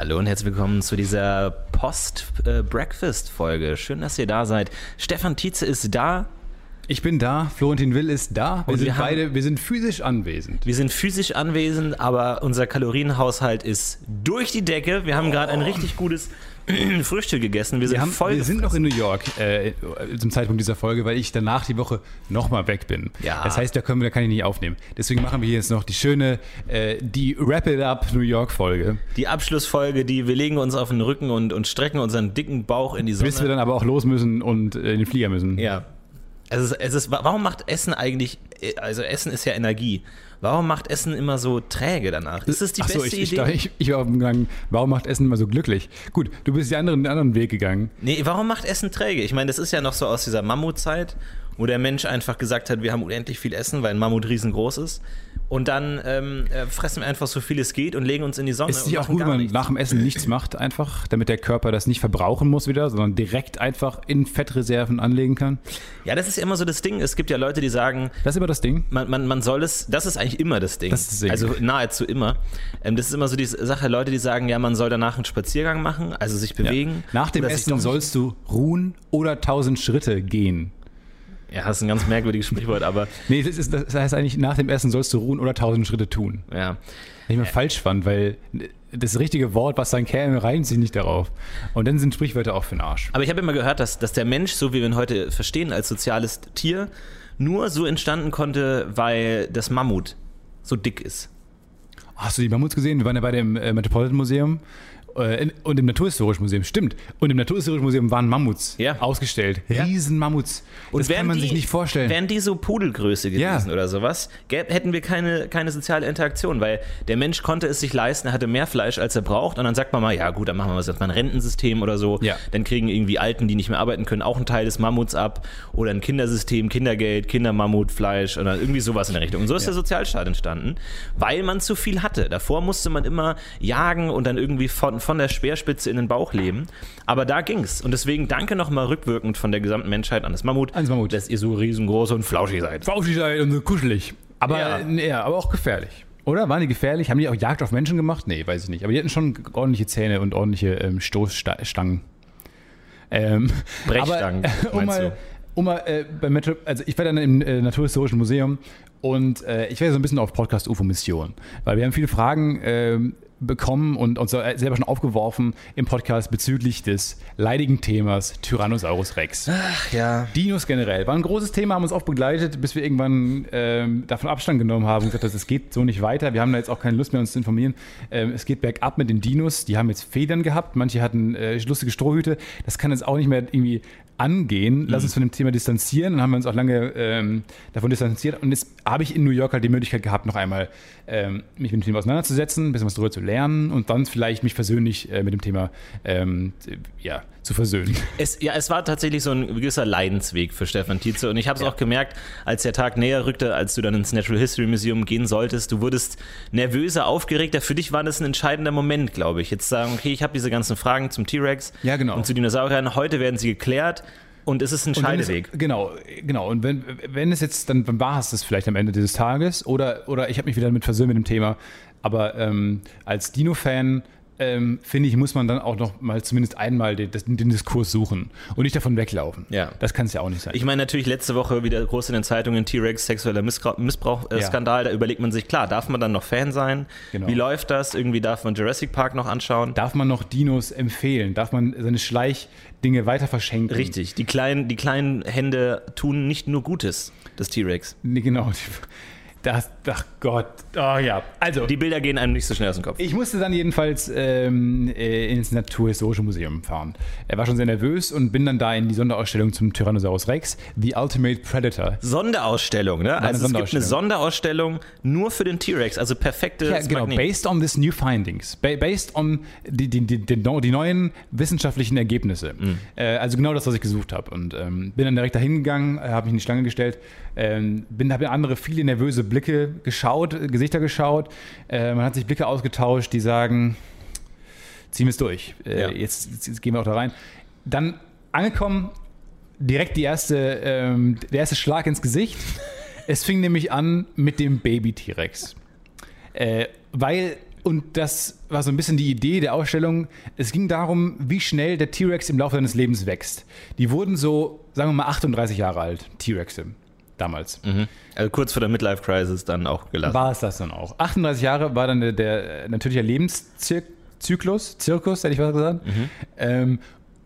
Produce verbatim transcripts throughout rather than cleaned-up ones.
Hallo und herzlich willkommen zu dieser Post-Breakfast-Folge. Schön, dass ihr da seid. Stefan Tietze ist da. Ich bin da, Florentin Will ist da. Wir Und sind wir haben- beide, wir sind physisch anwesend. Wir sind physisch anwesend, aber unser Kalorienhaushalt ist durch die Decke. Wir haben gerade ein richtig gutes Frühstück gegessen. Wir sind Wir, haben, voll wir sind noch gefressen. in New York äh, zum Zeitpunkt dieser Folge, weil ich danach die Woche nochmal weg bin. Ja. Das heißt, da können wir, da kann ich nicht aufnehmen. Deswegen machen wir jetzt noch die schöne, äh, die Wrap-It-Up New York-Folge. Die Abschlussfolge, die wir legen uns auf den Rücken und, und strecken unseren dicken Bauch in die Sonne. Bis wir dann aber auch los müssen und äh, in den Flieger müssen. Ja. Es ist, es ist, warum macht Essen eigentlich, also Essen ist ja Energie. Warum macht Essen immer so träge danach? Ist es die Achso, beste ich, ich, Idee? ich, ich war auf dem Gang, warum macht Essen immer so glücklich? Gut, du bist den anderen, den anderen Weg gegangen. Nee, warum macht Essen träge? Ich meine, das ist ja noch so aus dieser Mammutzeit, wo der Mensch einfach gesagt hat, wir haben unendlich viel Essen, weil ein Mammut riesengroß ist. Und dann ähm, äh, fressen wir einfach so viel es geht und legen uns in die Sonne. Ist es und nicht auch machen gut, gar wenn man nichts. nach dem Essen nichts macht einfach, damit der Körper das nicht verbrauchen muss wieder, sondern direkt einfach in Fettreserven anlegen kann? Ja, das ist ja immer so das Ding. Es gibt ja Leute, die sagen, Das ist immer das Ding. man, man, man soll es, das ist eigentlich immer das Ding. Das ist das Ding. Also nahezu immer. Ähm, das ist immer so die Sache, Leute, die sagen, ja, man soll danach einen Spaziergang machen, also sich bewegen. Ja. Nach dem oder sich Essen doch- sollst du ruhen oder tausend Schritte gehen. Ja, das ist ein ganz merkwürdiges Sprichwort, aber Nee, das, ist, das heißt eigentlich, nach dem Essen sollst du ruhen oder tausend Schritte tun. ja. Was ich mal falsch fand, weil das richtige Wort, was dann käme, reimt sich nicht darauf. Und dann sind Sprichwörter auch für den Arsch. Aber ich habe immer gehört, dass, dass der Mensch, so wie wir ihn heute verstehen, als soziales Tier, nur so entstanden konnte, weil das Mammut so dick ist. Hast du die Mammuts gesehen? Wir waren ja bei dem äh, Metropolitan Museum äh, in, und im Naturhistorischen Museum. Stimmt. Und im Naturhistorischen Museum waren Mammuts Ja. ausgestellt. Riesen Mammuts. Und das wären kann man die, sich nicht vorstellen. Wären die so Pudelgröße gewesen Ja. oder sowas, gäb, hätten wir keine, keine soziale Interaktion, weil der Mensch konnte es sich leisten, er hatte mehr Fleisch, als er braucht. Und dann sagt man mal, ja gut, dann machen wir jetzt mal ein Rentensystem oder so. Ja. Dann kriegen irgendwie Alten, die nicht mehr arbeiten können, auch einen Teil des Mammuts ab. Oder ein Kindersystem, Kindergeld, Kindermammutfleisch oder irgendwie sowas in der Richtung. Und so ist Ja. der Sozialstaat entstanden, weil man zu viel hatte. Davor musste man immer jagen und dann irgendwie von, von der Speerspitze in den Bauch leben. Aber da ging's. Und deswegen danke nochmal rückwirkend von der gesamten Menschheit an das Mammut, Ans Mammut. dass ihr so riesengroß und flauschig seid. Flauschig sein und so kuschelig. Aber, Ja. ja. Ja, aber auch gefährlich. Oder? Waren die gefährlich? Haben die auch Jagd auf Menschen gemacht? Nee, weiß ich nicht. Aber die hatten schon ordentliche Zähne und ordentliche ähm, Stoßstangen. Ähm, Brechstangen, aber, um meinst mal, du? um mal äh, bei Metro, also ich war dann im äh, Naturhistorischen Museum und äh, ich wäre so ein bisschen auf Podcast U F O-Mission. Weil wir haben viele Fragen ähm, bekommen und uns selber schon aufgeworfen im Podcast bezüglich des leidigen Themas Tyrannosaurus Rex. Ach ja. Dinos generell war ein großes Thema, haben uns auch begleitet, bis wir irgendwann ähm, davon Abstand genommen haben und gesagt, es geht so nicht weiter. Wir haben da jetzt auch keine Lust mehr, uns zu informieren. Ähm, es geht bergab mit den Dinos. Die haben jetzt Federn gehabt, manche hatten äh, lustige Strohhüte. Das kann jetzt auch nicht mehr irgendwie angehen. Lass uns von dem Thema distanzieren. Dann haben wir uns auch lange ähm, davon distanziert. Und jetzt habe ich in New York halt die Möglichkeit gehabt, noch einmal ähm, mich mit dem Thema auseinanderzusetzen, ein bisschen was darüber zu lernen und dann vielleicht mich persönlich äh, mit dem Thema ähm, ja, zu versöhnen. Es, ja, es war tatsächlich so ein gewisser Leidensweg für Stefan Tietze und ich habe es Ja. auch gemerkt, als der Tag näher rückte, als du dann ins Natural History Museum gehen solltest, du wurdest nervöser, aufgeregter. Für dich war das ein entscheidender Moment, glaube ich. Jetzt sagen, okay, ich habe diese ganzen Fragen zum T-Rex Ja, genau. und zu Dinosauriern, heute werden sie geklärt und es ist ein Und wenn es- Scheideweg. Genau, genau. Und wenn, wenn es jetzt, dann war es das vielleicht am Ende dieses Tages oder, oder ich habe mich wieder damit versöhnt mit dem Thema. Aber ähm, als Dino-Fan ähm, finde ich, muss man dann auch noch mal zumindest einmal den, den Diskurs suchen und nicht davon weglaufen. Ja. Das kann es ja auch nicht sein. Ich meine natürlich letzte Woche wieder groß in den Zeitungen T-Rex, sexueller Missbrauch, Missbrauch äh, Ja. Skandal, da überlegt man sich, klar, darf man dann noch Fan sein? Genau. Wie läuft das? Irgendwie darf man Jurassic Park noch anschauen? Darf man noch Dinos empfehlen? Darf man seine Schleichdinge weiter verschenken? Richtig, die kleinen, die kleinen Hände tun nicht nur Gutes, des T-Rex. Nee, genau. Das, ach Gott. Oh ja. Also, Die Bilder gehen einem nicht so schnell aus dem Kopf. ich musste dann jedenfalls ähm, äh, ins Naturhistorische Museum fahren. Er war schon sehr nervös und bin dann da in die Sonderausstellung zum Tyrannosaurus Rex, The Ultimate Predator. Sonderausstellung, ne? eine Also es gibt eine Sonderausstellung. Sonderausstellung nur für den T-Rex, also perfekte Ja, genau. Based on this new findings. Ba- based on die, die, die, die, die neuen wissenschaftlichen Ergebnisse. Äh, also genau das, was ich gesucht habe. Und ähm, bin dann direkt dahin gegangen, äh, habe mich in die Schlange gestellt, ähm, bin, habe andere viele nervöse Blicke geschaut, äh, Gesichter geschaut. Äh, man hat sich Blicke ausgetauscht, die sagen, ziehen wir es durch. Äh, Ja. jetzt, jetzt, jetzt gehen wir auch da rein. Dann angekommen, direkt die erste, ähm, der erste Schlag ins Gesicht. Es fing nämlich an mit dem Baby-T-Rex. Äh, weil und das war so ein bisschen die Idee der Ausstellung. Es ging darum, wie schnell der T-Rex im Laufe seines Lebens wächst. Die wurden so, sagen wir mal, achtunddreißig Jahre alt, T-Rexe. Damals. Mhm. Also kurz vor der Midlife-Crisis dann auch gelassen. War es das dann auch. achtunddreißig Jahre war dann der, der natürliche Lebenszyklus, Zirkus, hätte ich was gesagt. Mhm. Ähm,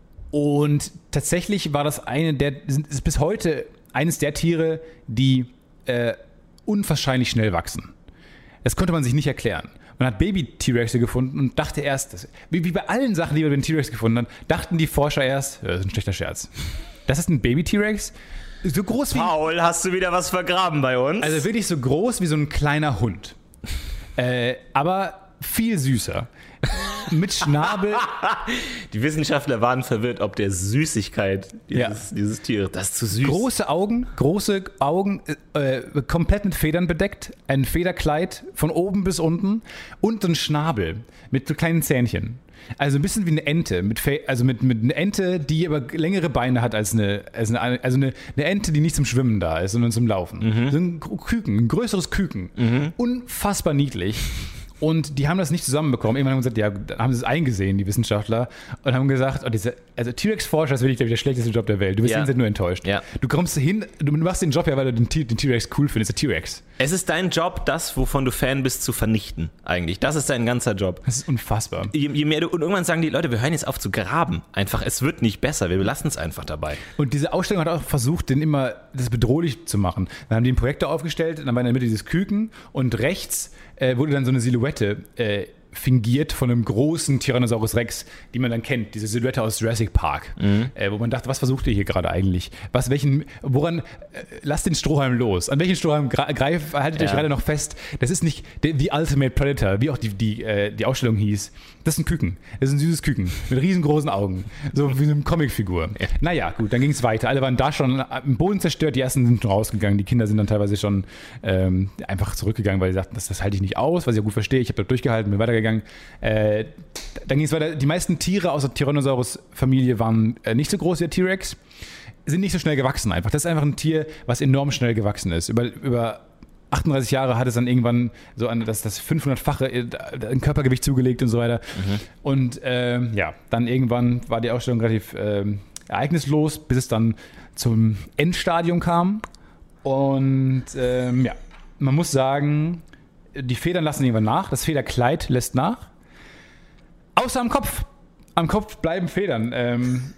und tatsächlich war das eine der, ist bis heute eines der Tiere, die äh, unwahrscheinlich schnell wachsen. Das konnte man sich nicht erklären. Man hat Baby-T-Rexe gefunden und dachte erst, das, wie, wie bei allen Sachen, die wir den T-Rex gefunden haben, dachten die Forscher erst, das ist ein schlechter Scherz. Das ist ein Baby-T-Rex? So groß wie. Paul, hast du wieder was vergraben bei uns? Also wirklich so groß wie so ein kleiner Hund. äh, aber viel süßer. Mit Schnabel. Die Wissenschaftler waren verwirrt, ob der Süßigkeit dieses, ja. dieses Tier, das ist zu süß. Große Augen, große Augen, äh, komplett mit Federn bedeckt, ein Federkleid von oben bis unten und ein Schnabel mit so kleinen Zähnchen. Also ein bisschen wie eine Ente, mit Fe- also mit, mit einer Ente, die aber längere Beine hat als eine, als eine also eine, eine Ente, die nicht zum Schwimmen da ist, sondern zum Laufen. Mhm. So ein Küken, ein größeres Küken. Mhm. Unfassbar niedlich. Und die haben das nicht zusammenbekommen. Irgendwann haben sie gesagt, ja, haben sie es eingesehen, die Wissenschaftler, und haben gesagt, oh, diese, also T-Rex-Forscher ist wirklich, glaube ich, der schlechteste Job der Welt. Du bist ja. die nur enttäuscht. Ja. Du kommst hin, du machst den Job ja, weil du den, T- den T-Rex cool findest, der T-Rex. Es ist dein Job, das, wovon du Fan bist, zu vernichten, eigentlich. Das ist dein ganzer Job. Das ist unfassbar. Je, je mehr du, und irgendwann sagen die Leute, wir hören jetzt auf zu graben. Einfach, es wird nicht besser, wir lassen es einfach dabei. Und diese Ausstellung hat auch versucht, den immer das bedrohlich zu machen. Dann haben die einen Projektor aufgestellt, dann war in der Mitte dieses Küken und rechts äh, wurde dann so eine Silhouette äh, fingiert von einem großen Tyrannosaurus Rex, die man dann kennt, diese Silhouette aus Jurassic Park, mhm. äh, wo man dachte, was versucht ihr hier gerade eigentlich? Was, welchen, woran, äh, lasst den Strohhalm los. An welchen Strohhalm greif, haltet ja. euch gerade noch fest? Das ist nicht der, The Ultimate Predator, wie auch die, die, äh, die Ausstellung hieß. Das ist ein Küken. Das ist ein süßes Küken mit riesengroßen Augen. So wie eine Comicfigur. Ja. Naja, gut, dann ging es weiter. Alle waren da schon im Boden zerstört, die ersten sind schon rausgegangen. Die Kinder sind dann teilweise schon ähm, einfach zurückgegangen, weil sie sagten, das, das halte ich nicht aus, was ich ja gut verstehe. Ich habe da durchgehalten, bin weitergegangen. Äh, dann ging es weiter. Die meisten Tiere aus der Tyrannosaurus-Familie waren äh, nicht so groß wie der T-Rex, sind nicht so schnell gewachsen einfach. Das ist einfach ein Tier, was enorm schnell gewachsen ist. Über, über achtunddreißig Jahre hat es dann irgendwann so eine, das, das fünfhundertfache ein Körpergewicht zugelegt und so weiter. Mhm. Und äh, ja, dann irgendwann war die Ausstellung relativ äh, ereignislos, bis es dann zum Endstadium kam. Und äh, ja, man muss sagen, die Federn lassen irgendwann nach, das Federkleid lässt nach. Außer am Kopf. Am Kopf bleiben Federn. Ähm,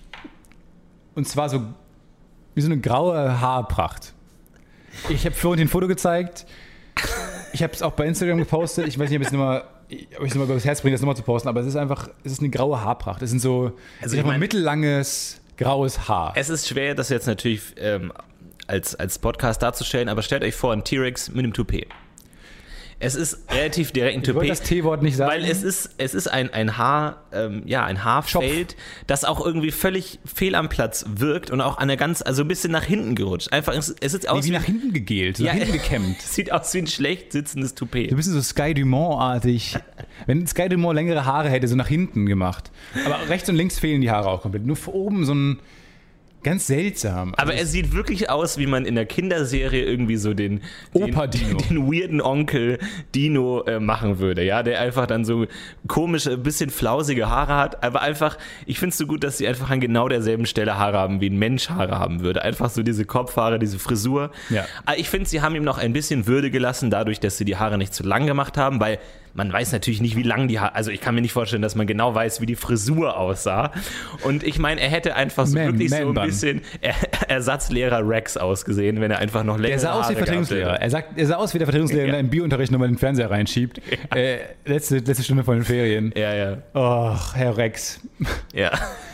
und zwar so wie so eine graue Haarpracht. Ich habe vorhin ein Foto gezeigt. Ich habe es auch bei Instagram gepostet. Ich weiß nicht, ob ich es nochmal noch übers Herz bringe, das nochmal zu posten, aber es ist einfach, es ist eine graue Haarpracht. Es sind so also ich ich mein, mittellanges, graues Haar. Es ist schwer, das jetzt natürlich ähm, als, als Podcast darzustellen, aber stellt euch vor, ein T-Rex mit einem Toupet. Es ist relativ direkt ein Toupet. Ich wollte das T-Wort nicht sagen. Weil es ist, es ist ein, ein Haar, ähm, ja, ein Haarfeld, Schopf. Das auch irgendwie völlig fehl am Platz wirkt und auch an der ganz, also ein bisschen nach hinten gerutscht. Einfach, es, es sieht aus nee, wie, wie nach hinten gegelt, so ja, nach hinten gekämmt. Sieht aus wie ein schlecht sitzendes Toupet. So ein bisschen so Sky Dumont-artig. Wenn Sky Dumont längere Haare hätte, so nach hinten gemacht. Aber rechts und links fehlen die Haare auch komplett. Nur vor oben so ein ganz seltsam. Aber also er sieht wirklich aus, wie man in der Kinderserie irgendwie so den, Opa Dino. den, den weirden Onkel Dino äh, machen würde, ja, der einfach dann so komische, bisschen flausige Haare hat, aber einfach, ich finde es so gut, dass sie einfach an genau derselben Stelle Haare haben, wie ein Mensch Haare haben würde. Einfach so diese Kopfhaare, diese Frisur. Ja. Aber ich finde, sie haben ihm noch ein bisschen Würde gelassen, dadurch, dass sie die Haare nicht zu lang gemacht haben, weil man weiß natürlich nicht, wie lang die Haare, also ich kann mir nicht vorstellen, dass man genau weiß, wie die Frisur aussah. Und ich meine, er hätte einfach so Man, wirklich Man so ein Bun. bisschen er, Ersatzlehrer Rex ausgesehen, wenn er einfach noch längere Der sah aus wie Vertretungslehrer. Er, sagt, er sah aus wie der Vertretungslehrer, der ja. im Biounterricht nochmal den Fernseher reinschiebt. Ja. Äh, letzte, letzte Stunde von den Ferien. Ja, ja. Och, Herr Rex. Ja.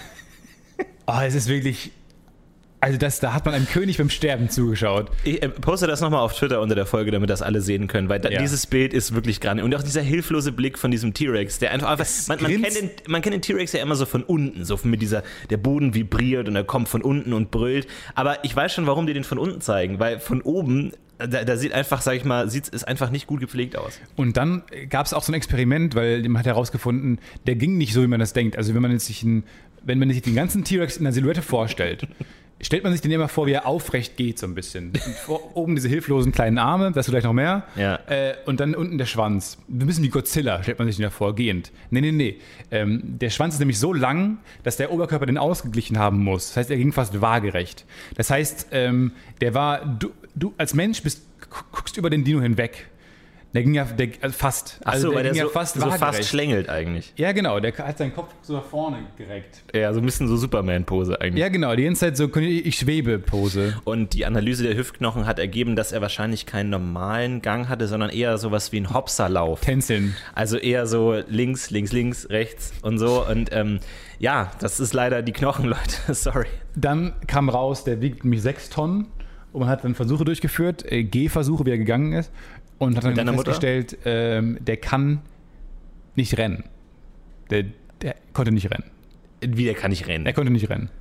Oh, es ist wirklich... Also das, da hat man einem König beim Sterben zugeschaut. Ich äh, poste das nochmal auf Twitter unter der Folge, damit das alle sehen können, weil da, ja. dieses Bild ist wirklich grandios. Und auch dieser hilflose Blick von diesem T-Rex, der einfach, einfach man, man, kennt den, man kennt den T-Rex ja immer so von unten, so mit dieser, der Boden vibriert und er kommt von unten und brüllt. Aber ich weiß schon, warum die den von unten zeigen, weil von oben, da, da sieht einfach, sag ich mal, sieht es einfach nicht gut gepflegt aus. Und dann gab es auch so ein Experiment, weil man hat herausgefunden, der ging nicht so, wie man das denkt. Also wenn man jetzt sich, ein, wenn man sich den ganzen T-Rex in der Silhouette vorstellt, stellt man sich den immer vor, wie er aufrecht geht so ein bisschen. Und vor, oben diese hilflosen kleinen Arme, das vielleicht noch mehr. Ja. Äh, und dann unten der Schwanz. Ein bisschen wie Godzilla, stellt man sich den davor, gehend. Nee, nee, nee. Ähm, der Schwanz ist nämlich so lang, dass der Oberkörper den ausgeglichen haben muss. Das heißt, er ging fast waagerecht. Das heißt, ähm, der war, du, du als Mensch bist, guckst über den Dino hinweg. Der ging ja der, also fast. Ach so, also der weil der ging so, ja fast so fast waagerecht. schlängelt eigentlich. Ja, genau. Der hat seinen Kopf so nach vorne gereckt. Ja, so ein bisschen so Superman-Pose eigentlich. Ja, genau. Die ganze Zeit so ich schwebe Pose. Und die Analyse der Hüftknochen hat ergeben, dass er wahrscheinlich keinen normalen Gang hatte, sondern eher sowas wie ein Hopserlauf. Tänzeln. Also eher so links, links, links, rechts und so. Und ähm, ja, das ist leider die Knochen, Leute. Sorry. Dann kam raus, der wiegt nämlich sechs Tonnen. Und man hat dann Versuche durchgeführt, äh, Gehversuche, wie er gegangen ist. Und hat dann Mit deiner festgestellt, ähm, der kann nicht rennen. Der, der konnte nicht rennen. Wie, der kann nicht rennen? Er konnte nicht rennen.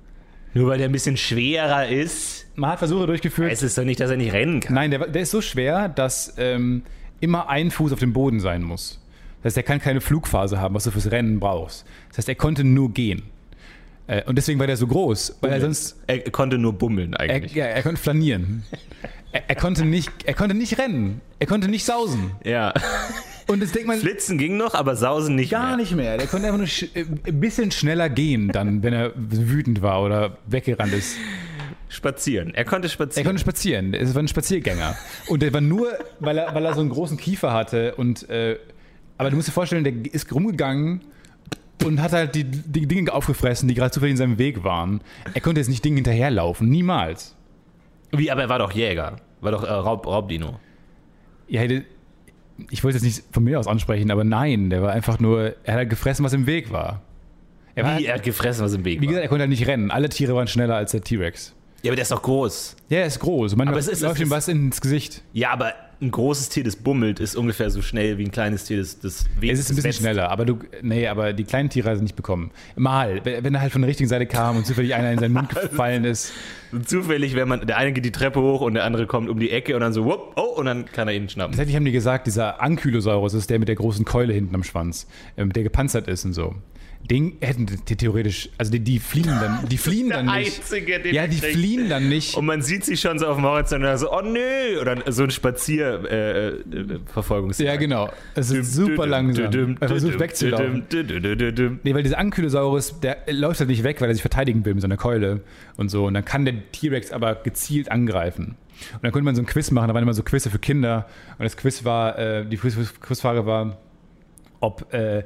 Nur weil der ein bisschen schwerer ist, Man hat Versuche durchgeführt. heißt es doch nicht, dass er nicht rennen kann. Nein, der, der ist so schwer, dass ähm, immer ein Fuß auf dem Boden sein muss. Das heißt, er kann keine Flugphase haben, was du fürs Rennen brauchst. Das heißt, er konnte nur gehen. Äh, und deswegen war der so groß, weil er sonst... Er konnte nur bummeln Er, eigentlich. ja, er konnte flanieren. er, er, konnte nicht, er konnte nicht rennen. Er konnte nicht sausen. Ja. Und jetzt denkt man... Flitzen ging noch, aber Sausen nicht Gar mehr. nicht mehr. Der konnte einfach nur sch- ein bisschen schneller gehen, dann, wenn er wütend war oder weggerannt ist. Spazieren. Er konnte Er spazieren. konnte spazieren. Es war ein Spaziergänger. Und der war nur, weil er, weil er so einen großen Kiefer hatte. Und, äh, aber du musst dir vorstellen, der ist rumgegangen und hat halt die, die Dinge aufgefressen, die gerade zufällig in seinem Weg waren. Er konnte jetzt nicht Dingen hinterherlaufen. Niemals. Wie, aber er war doch Jäger. War doch äh, Raub, Raubdino. Ja, hätte, ich wollte es nicht von mir aus ansprechen, aber nein, der war einfach nur, er hat halt gefressen, was im Weg war. Er war Wie, er hat gefressen, was im Weg Wie war. gesagt, er konnte halt nicht rennen. Alle Tiere waren schneller als der T-Rex. Ja, aber der ist doch groß. Ja, er ist groß. Manchmal Aber es ist- läuft es ihm ist- was ins Gesicht. Ja, aber ein großes Tier, das bummelt, ist ungefähr so schnell wie ein kleines Tier, das, das Es ist ein bisschen schneller, aber du, nee, aber die kleinen Tiere sind nicht bekommen. Mal, wenn wenn er halt von der richtigen Seite kam und zufällig einer in seinen Mund gefallen ist. Zufällig, wenn man, der eine geht die Treppe hoch und der andere kommt um die Ecke und dann so, wupp, oh, und dann kann er ihn schnappen. Tatsächlich haben die gesagt, dieser Ankylosaurus ist der mit der großen Keule hinten am Schwanz, ähm, der gepanzert ist und so. Den hätten die theoretisch, also die, die fliehen dann, die fliehen dann Der nicht. Einzige, den Ja, er die kriegt. fliehen dann nicht. Und man sieht sie schon so auf dem Horizont und dann so, oh nö, oder so ein Spazier äh, äh, Verfolgungsjagd. Ja, genau. Es ist super langsam. Er versucht wegzulaufen. Nee, weil dieser Ankylosaurus, der läuft halt nicht weg, weil er sich verteidigen will mit seiner Keule und so. Und dann kann der T-Rex aber gezielt angreifen. Und dann konnte man so ein Quiz machen, da waren immer so Quizze für Kinder. Und das Quiz war, äh, die Quiz Quizfrage war, ob, äh,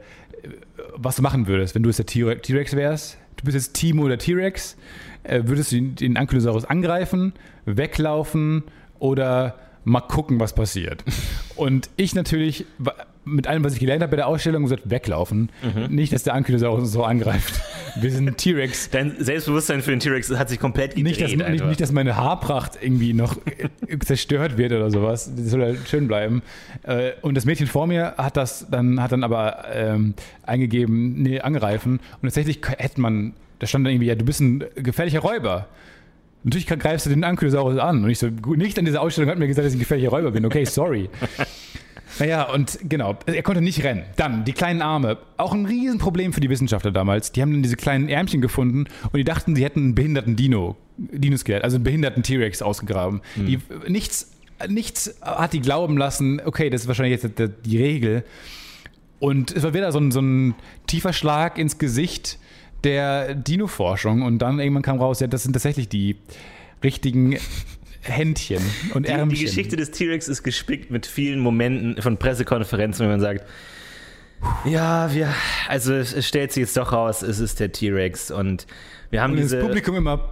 was du machen würdest, wenn du jetzt der T- T-Rex wärst. Du bist jetzt Timo oder T-Rex. Äh, würdest du den, den Ankylosaurus angreifen, weglaufen oder mal gucken, was passiert? Und ich natürlich, wa- mit allem, was ich gelernt habe bei der Ausstellung, gesagt, weglaufen. Nicht, dass der Ankylosaurus uns so angreift. Wir sind ein T-Rex. Dein Selbstbewusstsein für den T-Rex hat sich komplett gedreht. Nicht dass, nicht, einfach. nicht, dass meine Haarpracht irgendwie noch äh, zerstört wird oder sowas. Das soll halt schön bleiben. Äh, Und das Mädchen vor mir hat das dann, hat dann aber ähm, eingegeben, nee, angreifen. Und tatsächlich hätte man, da stand dann irgendwie, ja, du bist ein gefährlicher Räuber. Natürlich greifst du den Ankylosaurus an. Und ich so, gut, nicht an dieser Ausstellung hat mir gesagt, dass ich ein gefährlicher Räuber bin. Okay, sorry. Naja, und genau, er konnte nicht rennen. Dann die kleinen Arme. Auch ein Riesenproblem für die Wissenschaftler damals. Die haben dann diese kleinen Ärmchen gefunden und die dachten, sie hätten einen behinderten Dino, Dinoskelett, also einen behinderten T-Rex ausgegraben. Hm. Die, nichts, nichts hat die glauben lassen, okay, das ist wahrscheinlich jetzt die, die Regel. Und es war wieder so ein, so ein tiefer Schlag ins Gesicht der Dino-Forschung. Und dann irgendwann kam raus, ja, das sind tatsächlich die richtigen Händchen und Die, Ärmchen. die Geschichte des T-Rex ist gespickt mit vielen Momenten von Pressekonferenzen, wenn man sagt, ja, wir, also es es stellt sich jetzt doch raus, es ist der T-Rex und wir haben Und diese... das Publikum immer.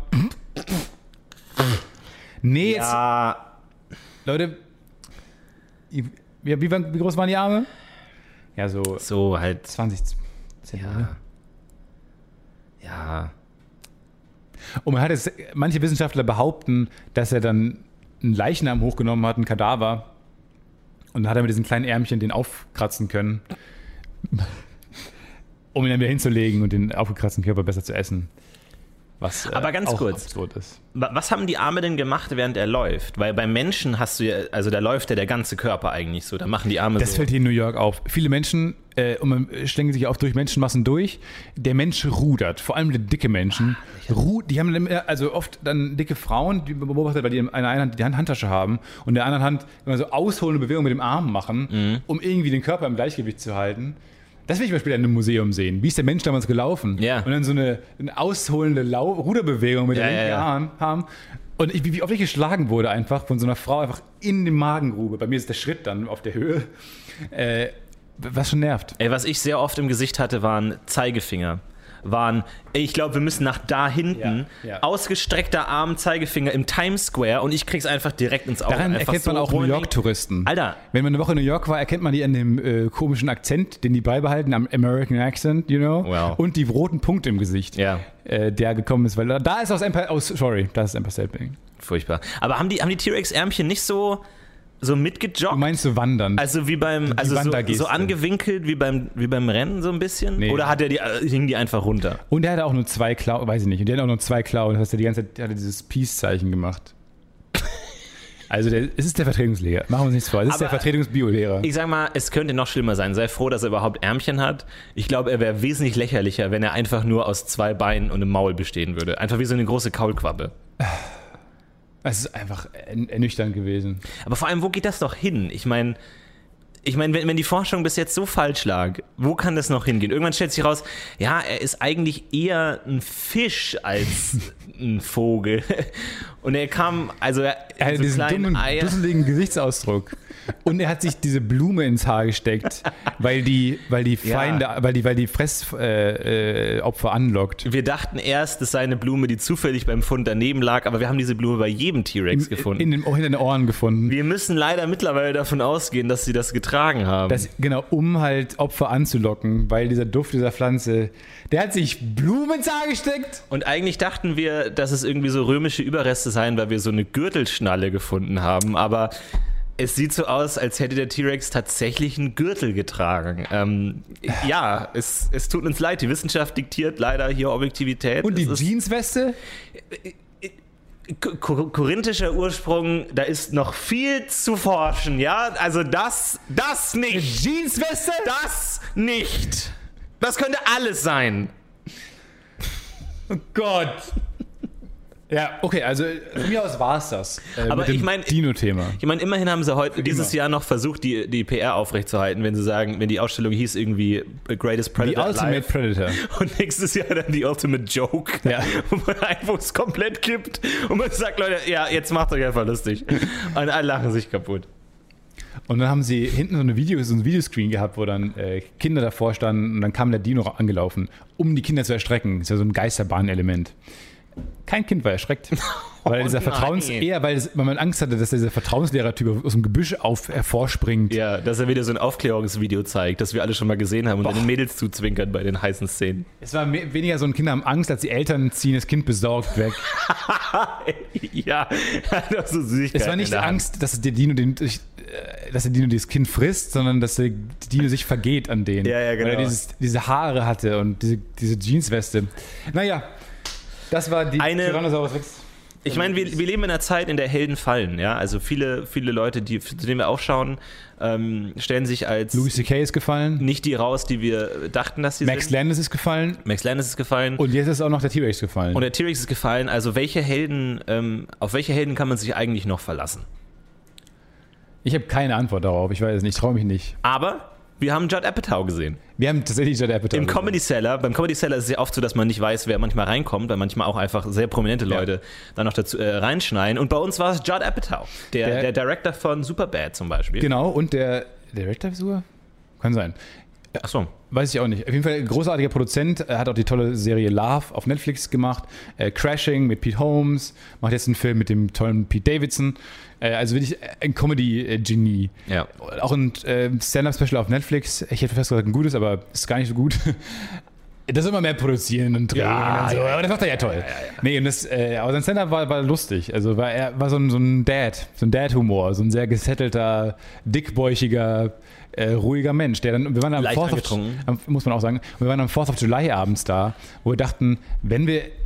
Nee, jetzt. ja, Leute. Wie, wie, wie groß waren die Arme? Ja, so so halt, zwanzig Zentimeter. ja, ja, Und man hat es, manche Wissenschaftler behaupten, dass er dann einen Leichnam hochgenommen hat, einen Kadaver. Und dann hat er mit diesen kleinen Ärmchen den aufkratzen können, um ihn dann wieder hinzulegen und den aufgekratzten Körper besser zu essen. Was, äh, Aber ganz auch kurz, absurd ist. Was haben die Arme denn gemacht, während er läuft? Weil beim Menschen hast du ja, also da läuft ja der ganze Körper eigentlich so, da machen die Arme Das so. fällt hier in New York auf. Viele Menschen, äh, und man schlängt sich auch durch Menschenmassen durch. Der Mensch rudert, vor allem die dicke Menschen. Ru- die haben dann immer- also oft dann dicke Frauen, die beobachtet, weil die in einer Hand die Handtasche haben und in der anderen Hand immer so ausholende Bewegungen mit dem Arm machen, Mhm. um irgendwie den Körper im Gleichgewicht zu halten. Das will ich mal später in einem Museum sehen. Wie ist der Mensch damals gelaufen? Ja. Und dann so eine, eine ausholende Lau- Ruderbewegung mit Ja, den linken ja, ja. Arm haben. Und ich, wie, wie oft ich geschlagen wurde einfach von so einer Frau einfach in die Magengrube. Bei mir ist der Schritt dann auf der Höhe. Äh, was schon nervt. Ey, was ich sehr oft im Gesicht hatte, waren Zeigefinger. Waren, ey, ich glaube, wir müssen nach da hinten, Ja, ja. ausgestreckter Arm, Zeigefinger im Times Square und ich krieg's einfach direkt ins Auge. Daran einfach erkennt man so auch New rolling. York-Touristen. Alter. Wenn man eine Woche in New York war, erkennt man die an dem äh, komischen Akzent, den die beibehalten, am American Accent, you know? Wow. Und die roten Punkte im Gesicht, Ja. äh, der gekommen ist. Weil da, da ist aus Empire, aus, sorry, da ist Empire State Building. Furchtbar. Aber haben die, haben die T-Rex-Ärmchen nicht so, so mitgejoggt? Du meinst so wandern? Also wie beim, also so, Wandergeste. so angewinkelt wie beim, wie beim Rennen so ein bisschen? Nee. Oder hat er die, äh, hingen die einfach runter? Und er hatte auch nur zwei Klauen, weiß ich nicht. Und der hat auch nur zwei Klauen. Das heißt, er die ganze Zeit hat er dieses Peace-Zeichen gemacht. Also, der, es ist der Vertretungslehrer. Machen wir uns nichts vor. Es ist Aber der Vertretungsbiolehrer. Ich sag mal, es könnte noch schlimmer sein. Sei froh, dass er überhaupt Ärmchen hat. Ich glaube, er wäre wesentlich lächerlicher, wenn er einfach nur aus zwei Beinen und einem Maul bestehen würde. Einfach wie so eine große Kaulquappe. Es ist einfach ern- ernüchternd gewesen. Aber vor allem, wo geht das doch hin? Ich meine, ich meine, wenn, wenn die Forschung bis jetzt so falsch lag, wo kann das noch hingehen? Irgendwann stellt sich raus, ja, er ist eigentlich eher ein Fisch als ein Vogel. Und er kam, also er Er hatte so diesen kleinen dummen, Eier. dusseligen Gesichtsausdruck. Und er hat sich diese Blume ins Haar gesteckt, weil die, weil die Ja. Feinde, weil die, weil die Fressopfer äh, äh, Opfer anlockt. Wir dachten erst, das sei eine Blume, die zufällig beim Fund daneben lag, aber wir haben diese Blume bei jedem T-Rex gefunden. In den, hinter den Ohren gefunden. Wir müssen leider mittlerweile davon ausgehen, dass sie das getragen haben. Das, genau, um halt Opfer anzulocken, weil dieser Duft dieser Pflanze, der hat sich Blumen ins Haar gesteckt. Und eigentlich dachten wir, dass es irgendwie so römische Überreste seien, weil wir so eine Gürtelschnalle gefunden haben, aber es sieht so aus, als hätte der T-Rex tatsächlich einen Gürtel getragen. Ähm, ja, es, es tut uns leid, die Wissenschaft diktiert leider hier Objektivität. Und die Es ist- Jeansweste? Ko- korinthischer Ursprung, da ist noch viel zu forschen, ja? Also das, das nicht. Jeansweste? Das nicht. Das könnte alles sein. Oh Gott. Ja, okay, also von mir aus war es das. Äh, Aber mit dem ich mein- Dino-Thema. Ich meine, immerhin haben sie heute dieses immer. Jahr noch versucht, die, die P R aufrechtzuerhalten, wenn sie sagen, wenn die Ausstellung hieß irgendwie Greatest Die Predator Ultimate Alive. Predator. Und nächstes Jahr dann die Ultimate Joke, Ja. wo man einfach es komplett kippt und man sagt, Leute, ja, jetzt macht euch einfach lustig. Und alle lachen sich kaputt. Und dann haben sie hinten so, eine Video, so ein Videoscreen gehabt, wo dann äh, Kinder davor standen und dann kam der Dino angelaufen, um die Kinder zu erschrecken. Das ist ja so ein Geisterbahn-Element. Kein Kind war erschreckt. Weil dieser nein. Vertrauens, eher weil, es, weil man Angst hatte, dass dieser Vertrauenslehrer-Typ aus dem Gebüsch auf, hervorspringt. Ja, dass er wieder so ein Aufklärungsvideo zeigt, das wir alle schon mal gesehen haben und dann den Mädels zuzwinkern bei den heißen Szenen. Es war me- weniger so ein Kinder haben Angst, als die Eltern ziehen das Kind besorgt weg. Ja, hat auch so Süßigkeiten Es war nicht in die der Hand. Angst, dass der Dino, den, äh, dass der Dino das Kind frisst, sondern dass der Dino sich vergeht an denen. Ja, ja, genau. Weil er dieses, diese Haare hatte und diese, diese Jeansweste. Naja, das war die Eine- Tyrannosaurus Rex. Ich meine, wir, wir leben in einer Zeit, in der Helden fallen, ja. Also viele, viele Leute, die, zu denen wir aufschauen, ähm, stellen sich als Louis C K ist gefallen. nicht die raus, die wir dachten, dass sie Max sind. Landis ist gefallen. Max Landis ist gefallen. Und, Und jetzt ist auch noch der T-Rex gefallen. der T-Rex ist gefallen. Also welche Helden, ähm, auf welche Helden kann man sich eigentlich noch verlassen? Ich habe keine Antwort darauf. Ich weiß es nicht. Ich traue mich nicht. Aber wir haben Judd Apatow gesehen. Wir haben tatsächlich Judd Apatow Im gesehen. Comedy Cellar, beim Comedy Cellar ist es ja oft so, dass man nicht weiß, wer manchmal reinkommt, weil manchmal auch einfach sehr prominente Leute Ja. dann noch dazu äh, reinschneiden. Und bei uns war es Judd Apatow, der, der, Der- Director von Superbad zum Beispiel. Genau, und der Director sogar? Kann sein. Achso. Weiß ich auch nicht. Auf jeden Fall ein großartiger Produzent. Er hat auch die tolle Serie Love auf Netflix gemacht. Äh, Crashing mit Pete Holmes. Macht jetzt einen Film mit dem tollen Pete Davidson. Äh, also wirklich ein Comedy-Genie. Ja. Auch ein äh, Stand-Up-Special auf Netflix. Ich hätte fast gesagt, ein gutes, aber ist gar nicht so gut. Das soll man mehr produzieren und drehen Ja, und so. ja, ja. Aber das macht er ja toll. Nee, und das, äh, aber sein Stand-Up war, war lustig. Also war er war so ein, so ein Dad, so ein Dad-Humor, so ein sehr gesettelter, dickbäuchiger, äh, ruhiger Mensch. Der dann, wir waren am Leicht Fourth of, angetrunken. am, muss man auch sagen, wir waren am Fourth of July abends da, wo wir dachten, wenn wir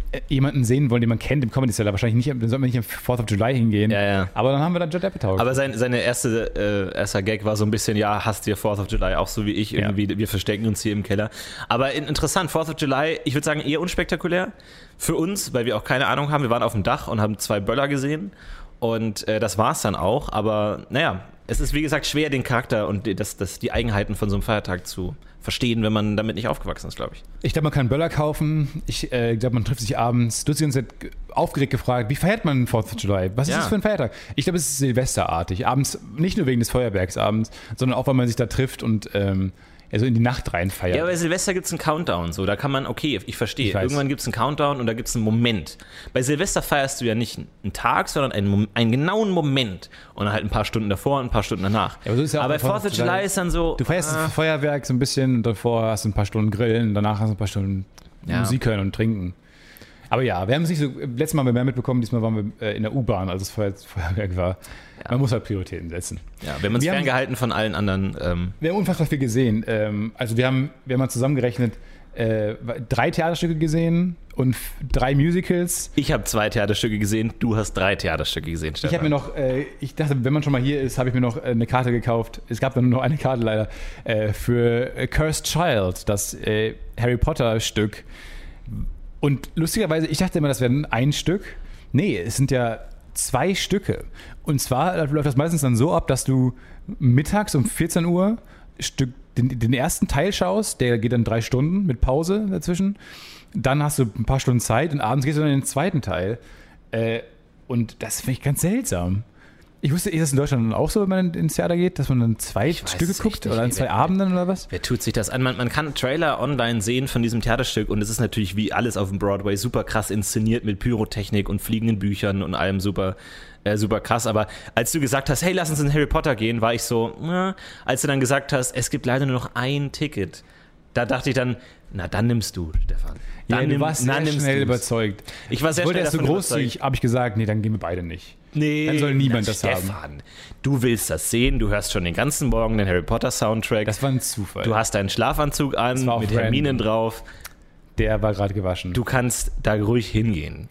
äh, jemanden sehen wollen, den man kennt im Comedy-Seller, wahrscheinlich nicht, dann sollten wir nicht am Fourth of July hingehen. Ja, ja. Aber dann haben wir da Judd Apatow. Aber sein, seine erste äh, erster Gag war so ein bisschen, ja, hasst ihr Fourth of July, auch so wie ich irgendwie, ja. Wir verstecken uns hier im Keller. Aber in, interessant, Fourth of July, ich würde sagen eher unspektakulär für uns, weil wir auch keine Ahnung haben. Wir waren auf dem Dach und haben zwei Böller gesehen und äh, das war's dann auch. Aber naja, es ist wie gesagt schwer, den Charakter und die, das, das, die Eigenheiten von so einem Feiertag zu verstehen, wenn man damit nicht aufgewachsen ist, glaube ich. Ich glaube, man kann Böller kaufen. Ich äh, glaube, man trifft sich abends. Du hast uns jetzt aufgeregt gefragt, wie feiert man Fourth of July? Was ist ja. das für ein Feiertag? Ich glaube, es ist silvesterartig. Abends, nicht nur wegen des Feuerwerks abends, sondern auch, weil man sich da trifft und ähm, also in die Nacht rein feiert. Ja, bei Silvester gibt es einen Countdown, so, da kann man, okay, ich verstehe, ich irgendwann gibt es einen Countdown und da gibt es einen Moment. Bei Silvester feierst du ja nicht einen Tag, sondern einen, einen genauen Moment und dann halt ein paar Stunden davor und ein paar Stunden danach. Ja, aber so ist ja aber bei Fourth of July, July ist dann so... Du feierst ah, das Feuerwerk so ein bisschen und davor hast du ein paar Stunden Grillen, danach hast du ein paar Stunden ja. Musik hören und trinken. Aber ja, wir haben es nicht so, letztes Mal haben wir mehr mitbekommen, diesmal waren wir in der U-Bahn, als es Feuerwerk war. Ja. Man muss halt Prioritäten setzen. Ja, wir haben uns ferngehalten von allen anderen. Ähm wir haben unfassbar viel gesehen. Ähm, also wir haben, wir haben mal zusammengerechnet, äh, drei Theaterstücke gesehen und f- drei Musicals. Ich habe zwei Theaterstücke gesehen, du hast drei Theaterstücke gesehen, Stefan. Ich habe mir noch, äh, ich dachte, wenn man schon mal hier ist, habe ich mir noch äh, eine Karte gekauft. Es gab dann nur noch eine Karte leider, äh, für äh, Cursed Child, das äh, Harry Potter Stück. Und lustigerweise, ich dachte immer, das wäre ein Stück. Nee, es sind ja zwei Stücke. Und zwar läuft das meistens dann so ab, dass du mittags um vierzehn Uhr Stück, den, den ersten Teil schaust, der geht dann drei Stunden mit Pause dazwischen. Dann hast du ein paar Stunden Zeit und abends gehst du dann in den zweiten Teil. Äh, und das finde ich ganz seltsam. Ich wusste, ist das in Deutschland auch so, wenn man ins Theater geht, dass man dann zwei Stücke guckt oder an zwei wer, Abenden oder was? Wer tut sich das an? Man, man kann Trailer online sehen von diesem Theaterstück und es ist natürlich wie alles auf dem Broadway super krass inszeniert mit Pyrotechnik und fliegenden Büchern und allem super, äh, super krass. Aber als du gesagt hast, hey, lass uns in Harry Potter gehen, war ich so, äh, als du dann gesagt hast, es gibt leider nur noch ein Ticket, da dachte ich dann, na dann nimmst du, Stefan. Dann ja, nimm, du warst sehr schnell du's. überzeugt. Ich war sehr ich wollte schnell erst so großzügig, habe ich gesagt, nee, dann gehen wir beide nicht. Nee, dann soll niemand das Stefan, haben. Du willst das sehen, du hörst schon den ganzen Morgen den Harry Potter Soundtrack. Das war ein Zufall. Du hast deinen Schlafanzug an mit Herminen drauf. Der war gerade gewaschen. Du kannst da ruhig hingehen.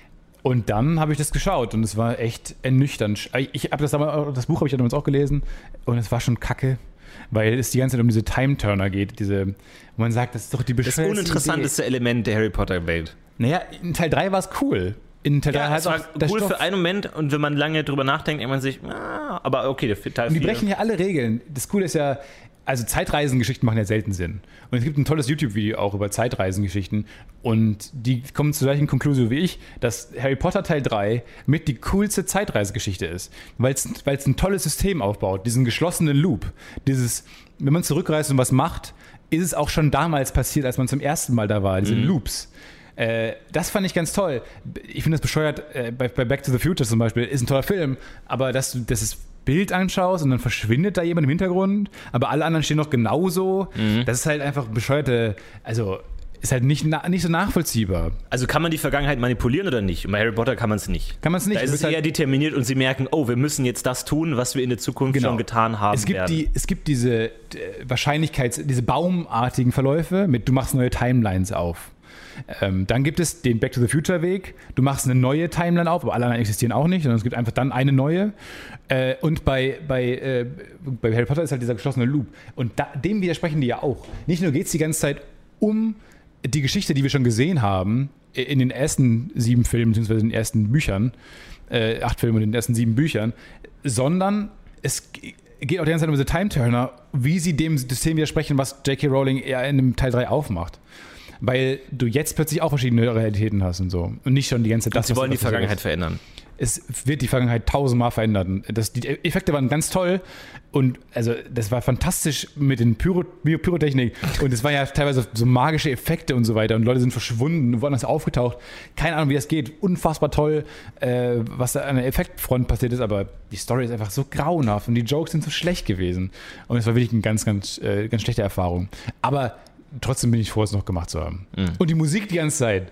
Und dann habe ich das geschaut und es war echt ernüchternd. Ich habe das, das Buch habe ich ja damals auch gelesen und es war schon kacke, weil es die ganze Zeit um diese Time-Turner geht, diese, wo man sagt, das ist doch die bescheuerte Das uninteressanteste Idee. Element der Harry Potter-Welt. Naja, in Teil drei war es cool. In Teil ja, drei es war cool Stoff. für einen Moment und wenn man lange drüber nachdenkt, denkt man sich, ah, aber okay, der Teil vier. Und die brechen ja alle Regeln. Das Coole ist ja, also Zeitreisengeschichten machen ja selten Sinn. Und es gibt ein tolles YouTube-Video auch über Zeitreisengeschichten und die kommen zur gleichen Konklusion wie ich, dass Harry Potter Teil drei mit die coolste Zeitreisegeschichte ist, weil es ein tolles System aufbaut, diesen geschlossenen Loop, dieses, wenn man zurückreist und was macht, ist es auch schon damals passiert, als man zum ersten Mal da war, diese mhm. Loops. Äh, das fand ich ganz toll. Ich finde das bescheuert, äh, bei, bei Back to the Future zum Beispiel, ist ein toller Film, aber dass du das Bild anschaust und dann verschwindet da jemand im Hintergrund, aber alle anderen stehen noch genauso, mhm. das ist halt einfach bescheuerte, also ist halt nicht, nicht so nachvollziehbar. Also kann man die Vergangenheit manipulieren oder nicht? Und bei Harry Potter kann man es nicht. Kann man es nicht. Da ist es eher halt determiniert und sie merken, oh, wir müssen jetzt das tun, was wir in der Zukunft genau. schon getan haben es gibt werden. Die, es gibt diese äh, Wahrscheinlichkeits-, diese baumartigen Verläufe mit, du machst neue Timelines auf. Ähm, dann gibt es den Back to the Future Weg. Du machst eine neue Timeline auf, aber alle anderen existieren auch nicht, sondern es gibt einfach dann eine neue. Äh, und bei, bei, äh, bei Harry Potter ist halt dieser geschlossene Loop. Und da, dem widersprechen die ja auch. Nicht nur geht es die ganze Zeit um die Geschichte, die wir schon gesehen haben, in den ersten sieben Filmen, beziehungsweise in den ersten Büchern, äh, acht Filme und in den ersten sieben Büchern, sondern es geht auch die ganze Zeit um diese Time-Turner, wie sie dem System widersprechen, was J K Rowling eher in dem Teil drei aufmacht. Weil du jetzt plötzlich auch verschiedene Realitäten hast und so. Und nicht schon die ganze Zeit das, was sie wollen die Vergangenheit verändern. Es wird die Vergangenheit tausendmal verändern. Das, die Effekte waren ganz toll und also das war fantastisch mit den Pyro, Pyrotechnik und es waren ja teilweise so magische Effekte und so weiter und Leute sind verschwunden, woanders aufgetaucht. Keine Ahnung, wie das geht. Unfassbar toll, äh, was da an der Effektfront passiert ist, aber die Story ist einfach so grauenhaft und die Jokes sind so schlecht gewesen. Und es war wirklich eine ganz, ganz, äh, ganz schlechte Erfahrung. Aber trotzdem bin ich froh, es noch gemacht zu haben. Mm. Und die Musik die ganze Zeit.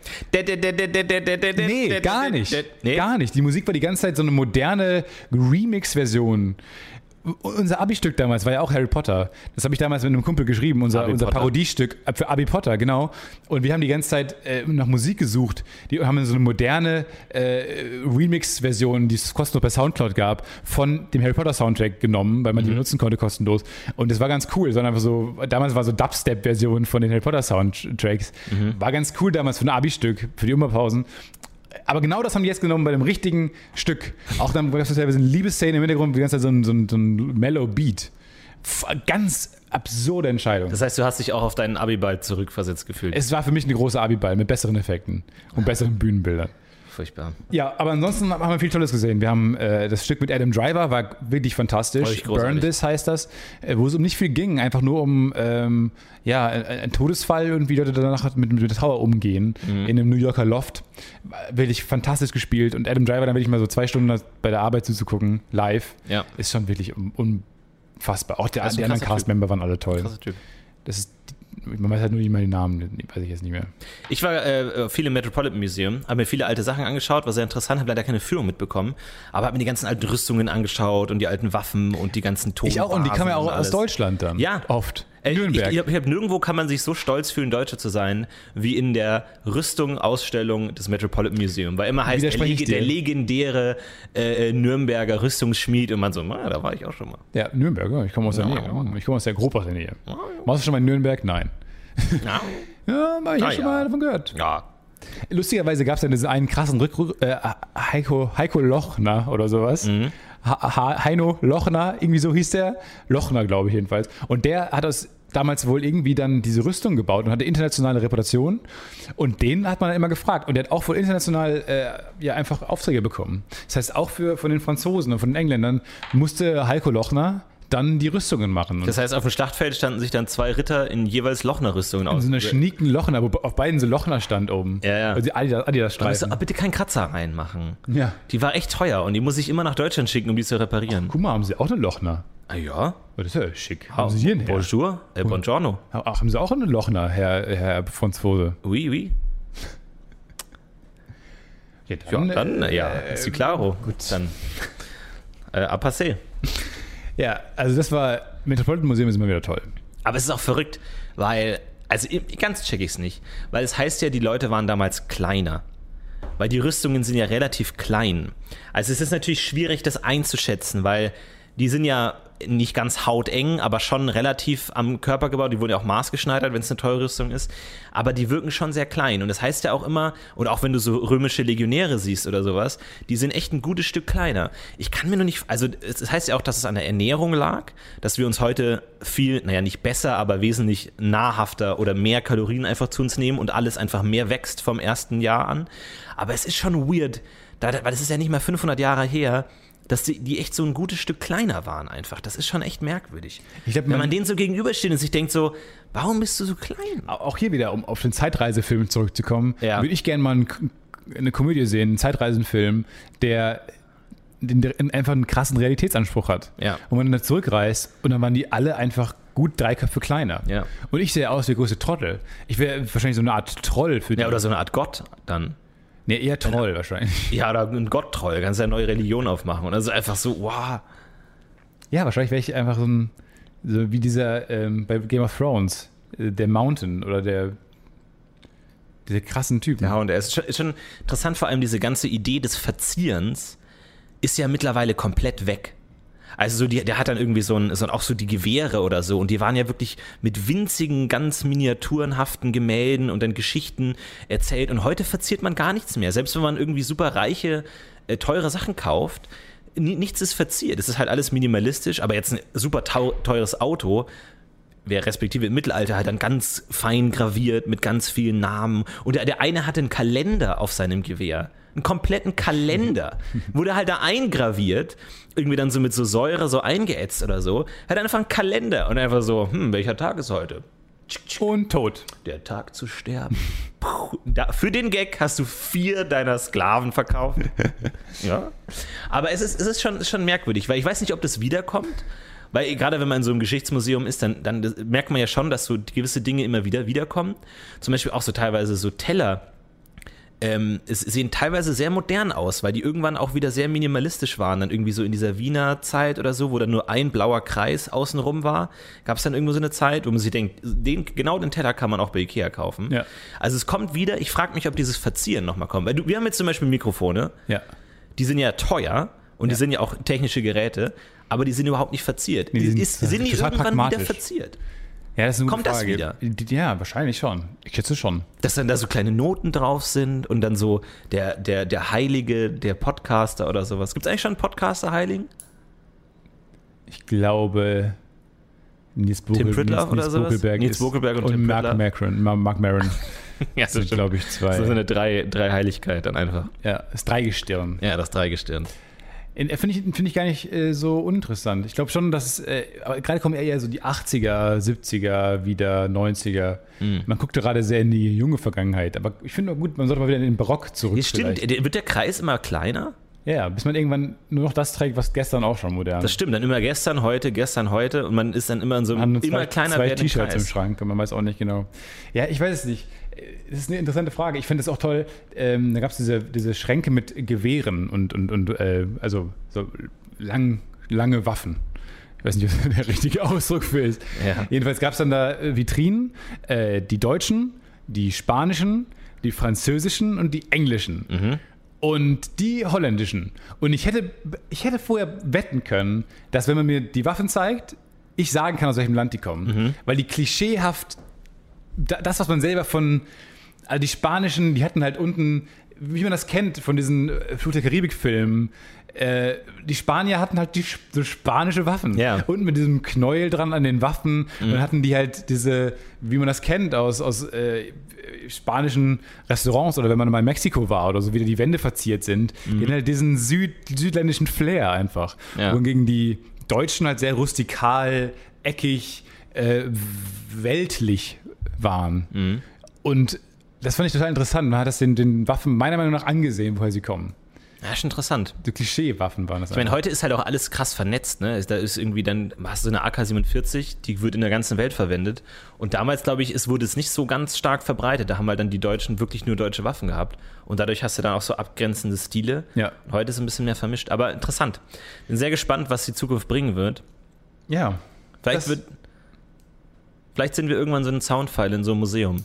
Nee, gar nicht. Nee? Gar nicht. Die Musik war die ganze Zeit so eine moderne Remix-Version Unser Abi-Stück damals war ja auch Harry Potter. Das habe ich damals mit einem Kumpel geschrieben, unser, unser Parodiestück für Abi Potter, genau. Und wir haben die ganze Zeit äh, nach Musik gesucht. Die haben so eine moderne äh, Remix-Version, die es kostenlos bei Soundcloud gab, von dem Harry Potter-Soundtrack genommen, weil man mhm. die benutzen konnte kostenlos. Und das war ganz cool. Es war einfach so, damals war so Dubstep-Version von den Harry Potter-Soundtracks. Mhm. War ganz cool damals für ein Abi-Stück, für die Umbaupausen. Aber genau das haben die jetzt genommen bei dem richtigen Stück. Auch dann gab es teilweise eine Liebesszene im Hintergrund, die ganze Zeit so ein, so ein, so ein Mellow Beat. Ganz absurde Entscheidung. Das heißt, du hast dich auch auf deinen Abi-Ball zurückversetzt gefühlt. Es war für mich eine große Abi-Ball mit besseren Effekten und besseren Bühnenbildern. Furchtbar. Ja, aber ansonsten haben wir viel Tolles gesehen. Wir haben äh, das Stück mit Adam Driver, war wirklich fantastisch. Burn This heißt das, äh, wo es um nicht viel ging, einfach nur um ähm, ja, einen Todesfall und wie Leute danach mit, mit der Trauer umgehen mhm. in einem New Yorker Loft. Wirklich fantastisch gespielt und Adam Driver, dann wirklich mal so zwei Stunden bei der Arbeit zuzugucken, live, ja. ist schon wirklich unfassbar. Auch der, die anderen Cast-Member waren alle toll. Krasser Typ. Das ist Man weiß halt nur nicht mal die Namen, weiß ich jetzt nicht mehr. Ich war äh, viel im Metropolitan Museum, habe mir viele alte Sachen angeschaut, war sehr interessant, habe leider keine Führung mitbekommen, aber habe mir die ganzen alten Rüstungen angeschaut und die alten Waffen und die ganzen Toten. Ich auch, und die kamen ja auch aus Deutschland dann. Ja. Oft. Äh, Nürnberg. Ich, ich, ich hab, nirgendwo kann man sich so stolz fühlen, Deutscher zu sein, wie in der Rüstung-Ausstellung des Metropolitan Museum, weil immer heißt, der, leg, der legendäre äh, Nürnberger Rüstungsschmied und man so, na, da war ich auch schon mal. Ja, Nürnberger, ich komme aus der ja, Nähe. Ja. Ich komme aus der grob aus der Nähe. Ja, ja. Warst du schon mal in Nürnberg? Nein. Ja, ja ich habe schon mal davon gehört. Ja. Lustigerweise gab es ja diesen einen krassen Rückruf, äh, Heiko, Heiko Lochner oder sowas. Mhm. Ha- Heino Lochner, irgendwie so hieß der. Lochner, glaube ich jedenfalls. Und der hat das damals wohl irgendwie dann diese Rüstung gebaut und hatte internationale Reputation. Und den hat man dann immer gefragt. Und der hat auch wohl international äh, ja einfach Aufträge bekommen. Das heißt, auch für, von den Franzosen und von den Engländern musste Heiko Lochner dann die Rüstungen machen. Das heißt, auf dem Schlachtfeld standen sich dann zwei Ritter in jeweils Lochner-Rüstungen aus. In so einer schnieken Lochner, wo auf beiden so Lochner stand oben. Ja, ja. Also Adidas, Adidas Streifen. Da bitte keinen Kratzer reinmachen. Ja. Die war echt teuer und die muss ich immer nach Deutschland schicken, um die zu reparieren. Ach, guck mal, haben sie auch eine Lochner? Ah ja? Oh, das ist ja schick. Haben sie hier einen Bonjour, äh, buongiorno. Ach, haben sie auch eine Lochner, Herr, Herr Franzose? Oui, oui. Ja, dann, ja, dann äh, ja, ist die klaro. Gut. Dann äh, à passé. Ja, also das war, Metropolitan Museum ist immer wieder toll. Aber es ist auch verrückt, weil, also ganz check ich es nicht, weil es heißt ja, die Leute waren damals kleiner. Weil die Rüstungen sind ja relativ klein. Also es ist natürlich schwierig, das einzuschätzen, weil die sind ja nicht ganz hauteng, aber schon relativ am Körper gebaut. Die wurden ja auch maßgeschneidert, wenn es eine teure Rüstung ist. Aber die wirken schon sehr klein. Und das heißt ja auch immer, und auch wenn du so römische Legionäre siehst oder sowas, die sind echt ein gutes Stück kleiner. Ich kann mir nur nicht, also es heißt ja auch, dass es an der Ernährung lag, dass wir uns heute viel, naja, nicht besser, aber wesentlich nahrhafter oder mehr Kalorien einfach zu uns nehmen und alles einfach mehr wächst vom ersten Jahr an. Aber es ist schon weird, weil das ist ja nicht mal fünfhundert Jahre her, dass die, die echt so ein gutes Stück kleiner waren einfach. Das ist schon echt merkwürdig. Ich glaub, man, wenn man denen so gegenübersteht und sich denkt so, warum bist du so klein? Auch hier wieder, um auf den Zeitreisefilm zurückzukommen, ja. würde ich gerne mal ein, eine Komödie sehen, einen Zeitreisenfilm, der, der einfach einen krassen Realitätsanspruch hat. Ja. Und man dann zurückreist und dann waren die alle einfach gut drei Köpfe kleiner. Ja. Und ich sehe aus wie der größte Trottel. Ich wäre wahrscheinlich so eine Art Troll für die. Ja, oder so eine Art Gott dann. Nee, eher Troll ja. wahrscheinlich. Ja, oder ein Gott-Troll. Kannst ja eine neue Religion aufmachen. Und also einfach so, wow. Ja, wahrscheinlich wäre ich einfach so ein, so wie dieser ähm, bei Game of Thrones, äh, der Mountain oder der diese krassen Typen. Ja, und er ist schon, ist schon interessant, vor allem diese ganze Idee des Verzierens ist ja mittlerweile komplett weg. Also so die, der hat dann irgendwie so ein, so auch so die Gewehre oder so und die waren ja wirklich mit winzigen, ganz miniaturenhaften Gemälden und dann Geschichten erzählt und heute verziert man gar nichts mehr. Selbst wenn man irgendwie super reiche, äh, teure Sachen kauft, n- nichts ist verziert. Es ist halt alles minimalistisch, aber jetzt ein super tau- teures Auto, wer respektive im Mittelalter halt dann ganz fein graviert mit ganz vielen Namen und der, der eine hatte einen Kalender auf seinem Gewehr. Einen kompletten Kalender. Wurde halt da eingraviert, irgendwie dann so mit so Säure so eingeätzt oder so. Hat einfach einen Kalender und einfach so, hm, welcher Tag ist heute? Und tot. Der Tag zu sterben. Puh, da, für den Gag hast du vier deiner Sklaven verkauft. Ja. Aber es ist, es ist schon, schon merkwürdig, weil ich weiß nicht, ob das wiederkommt. Weil gerade wenn man in so einem Geschichtsmuseum ist, dann, dann merkt man ja schon, dass so gewisse Dinge immer wieder wiederkommen. Zum Beispiel auch so teilweise so Teller, ähm, es sehen teilweise sehr modern aus, weil die irgendwann auch wieder sehr minimalistisch waren. Dann irgendwie so in dieser Wiener Zeit oder so, wo dann nur ein blauer Kreis außenrum war, gab es dann irgendwo so eine Zeit, wo man sich denkt, den, genau den Teller kann man auch bei Ikea kaufen. Ja. Also es kommt wieder, ich frage mich, ob dieses Verzieren nochmal kommt. Weil du, wir haben jetzt zum Beispiel Mikrofone, Ja. die sind ja teuer und Ja. die sind ja auch technische Geräte, aber die sind überhaupt nicht verziert. Nee, die sind ist, sind die total irgendwann pragmatisch. wieder verziert? Ja, das ist eine gute Kommt das Frage. wieder? Ja, wahrscheinlich schon. Ich schätze schon. Dass dann da so kleine Noten drauf sind und dann so der, der, der Heilige, der Podcaster oder sowas. Gibt es eigentlich schon einen Podcaster-Heiligen? Ich glaube, Nils Buckel, Tim Pritlove Nils, oder Nils sowas? Buckelberg Nils ist- Buckelberg und und Tim Mark Pritlove. Maron. Ma- Mark Maron. Ja, Das sind, glaube ich, zwei. Das ist eine drei, drei Heiligkeit dann einfach. Ja, das Dreigestirn. Ja, das Dreigestirn. In- Finde ich, find ich gar nicht äh, so uninteressant. Ich glaube schon, dass äh, aber gerade kommen eher so die achtziger, siebziger, wieder neunziger. Mhm. Man guckt gerade sehr in die junge Vergangenheit. Aber ich finde gut, man sollte mal wieder in den Barock zurück. Ja, stimmt. vielleicht. Der- Wird der Kreis immer kleiner? Ja, bis man irgendwann nur noch das trägt, was gestern auch schon modern Das stimmt. Dann immer gestern, heute, gestern, heute und man ist dann immer in so Man einem hat nur immer zwei, kleiner zwei werdenden T-Shirts im Kreis. Schrank und man weiß auch nicht genau. Ja, ich weiß es nicht. Das ist eine interessante Frage. Ich finde es auch toll. Ähm, da gab es diese, diese Schränke mit Gewehren und, und, und äh, also so lang, lange Waffen. Ich weiß nicht, was der richtige Ausdruck für ist. Ja. Jedenfalls gab es dann da äh, Vitrinen, äh, die deutschen, die spanischen, die französischen und die englischen. Mhm. Und die holländischen. Und ich hätte, ich hätte vorher wetten können, dass wenn man mir die Waffen zeigt, ich sagen kann, aus welchem Land die kommen. Mhm. Weil die klischeehaft, da- das, was man selber von, also die spanischen, die hatten halt unten, wie man das kennt von diesen äh, Fluch der Karibik-Filmen, äh, die Spanier hatten halt die sp- so spanische Waffen. Ja. Unten mit diesem Knäuel dran an den Waffen. Und dann hatten die halt diese, wie man das kennt aus, aus äh, spanischen Restaurants oder wenn man mal in Mexiko war oder so, wie die Wände verziert sind. Die hatten halt diesen Süd, südländischen Flair einfach. Ja. Wohingegen die Deutschen halt sehr rustikal, eckig, äh, weltlich waren. Mhm. Und das fand ich total interessant. Man hat das den, den Waffen meiner Meinung nach angesehen, woher sie kommen. Ja, ist schon interessant. Die Klischee-Waffen waren das. Ich meine, heute ist halt auch alles krass vernetzt, ne? Da ist irgendwie dann, hast du eine A K siebenundvierzig, die wird in der ganzen Welt verwendet. Und damals, glaube ich, es wurde es nicht so ganz stark verbreitet. Da haben halt dann die Deutschen wirklich nur deutsche Waffen gehabt. Und dadurch hast du dann auch so abgrenzende Stile. Ja. Und heute ist es ein bisschen mehr vermischt. Aber interessant. Bin sehr gespannt, was die Zukunft bringen wird. Ja. Vielleicht Das- wird. Vielleicht sind wir irgendwann so ein Soundfile in so einem Museum.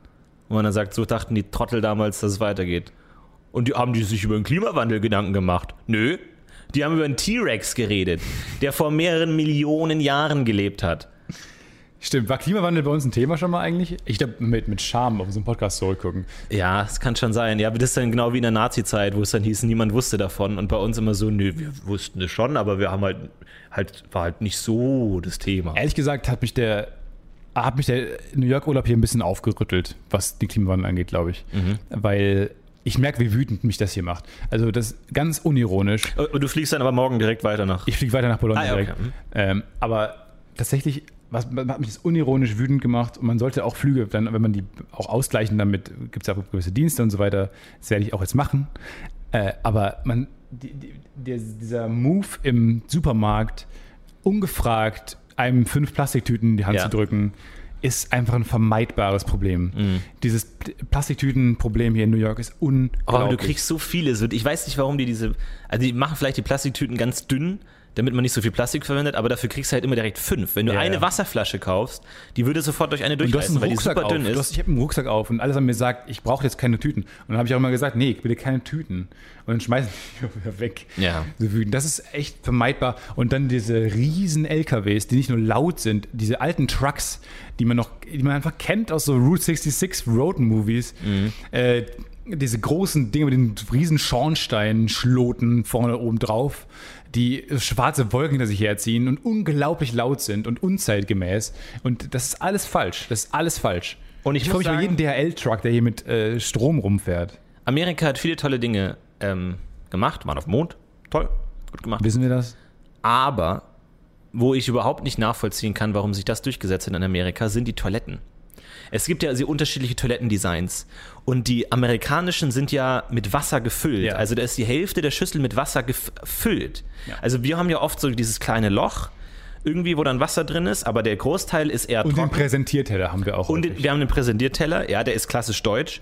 Wo man dann sagt, so dachten die Trottel damals, dass es weitergeht. Und die haben die sich über den Klimawandel Gedanken gemacht? Nö. Die haben über einen T-Rex geredet, der vor mehreren Millionen Jahren gelebt hat. Stimmt, war Klimawandel bei uns ein Thema schon mal eigentlich? Ich glaube, mit, mit Charme auf so einen Podcast zurückgucken. Ja, es kann schon sein. Ja, aber das ist dann genau wie in der Nazi-Zeit, wo es dann hieß, niemand wusste davon. Und bei uns immer so, nö, wir wussten es schon, aber wir haben halt, halt, war halt nicht so das Thema. Ehrlich gesagt hat mich der, hat mich der New York-Urlaub hier ein bisschen aufgerüttelt, was den Klimawandel angeht, glaube ich. Mhm. Weil ich merke, wie wütend mich das hier macht. Also das ist ganz unironisch. Und du fliegst dann aber morgen direkt weiter nach. Ich fliege weiter nach Bologna Ah, ja, okay. direkt. Mhm. Ähm, aber tatsächlich was, hat mich das unironisch wütend gemacht. Und man sollte auch Flüge, dann, wenn man die auch ausgleichen, damit gibt es ja auch gewisse Dienste und so weiter. Das werde ich auch jetzt machen. Äh, aber man, die, die, der, dieser Move im Supermarkt, ungefragt einem fünf Plastiktüten in die Hand Ja. zu drücken, ist einfach ein vermeidbares Problem. Mhm. Dieses P- Plastiktütenproblem hier in New York ist unglaublich. Oh, aber du kriegst so viele. Es wird- Ich weiß nicht, warum die diese. Also, die machen vielleicht die Plastiktüten ganz dünn, damit man nicht so viel Plastik verwendet, aber dafür kriegst du halt immer direkt fünf. Wenn du Ja, eine ja. Wasserflasche kaufst, die würde sofort durch eine Und du hast durchreißen, einen weil die Rucksack super auf. dünn Du hast, ist. ich habe einen Rucksack auf und alles haben mir gesagt, ich brauche jetzt keine Tüten. Und dann habe ich auch immer gesagt, nee, bitte keine Tüten. Und dann schmeißen die wieder weg. Ja. So wütend. Das ist echt vermeidbar. Und dann diese riesen L K Ws, die nicht nur laut sind, diese alten Trucks, die man noch, die man einfach kennt aus so Route sechsundsechzig Road Movies. Mhm. Äh, diese großen Dinge mit den riesen Schornsteinschloten vorne oben drauf, die schwarze Wolken hinter sich herziehen und unglaublich laut sind und unzeitgemäß. Und das ist alles falsch. Das ist alles falsch. Und ich ich muss freue mich über sagen- jeden D H L-Truck, der hier mit äh, Strom rumfährt. Amerika hat viele tolle Dinge ähm, gemacht, waren auf dem Mond, toll, gut gemacht. Wissen wir das? Aber wo ich überhaupt nicht nachvollziehen kann, warum sich das durchgesetzt hat in Amerika, sind die Toiletten. Es gibt ja sehr unterschiedliche Toilettendesigns und die amerikanischen sind ja mit Wasser gefüllt. Ja. Also da ist die Hälfte der Schüssel mit Wasser gefüllt. Ja. Also wir haben ja oft so dieses kleine Loch, irgendwie, wo dann Wasser drin ist, aber der Großteil ist eher Und den trocken. Präsentierteller haben wir auch. Und häufig. wir haben einen Präsentierteller, ja, der ist klassisch deutsch.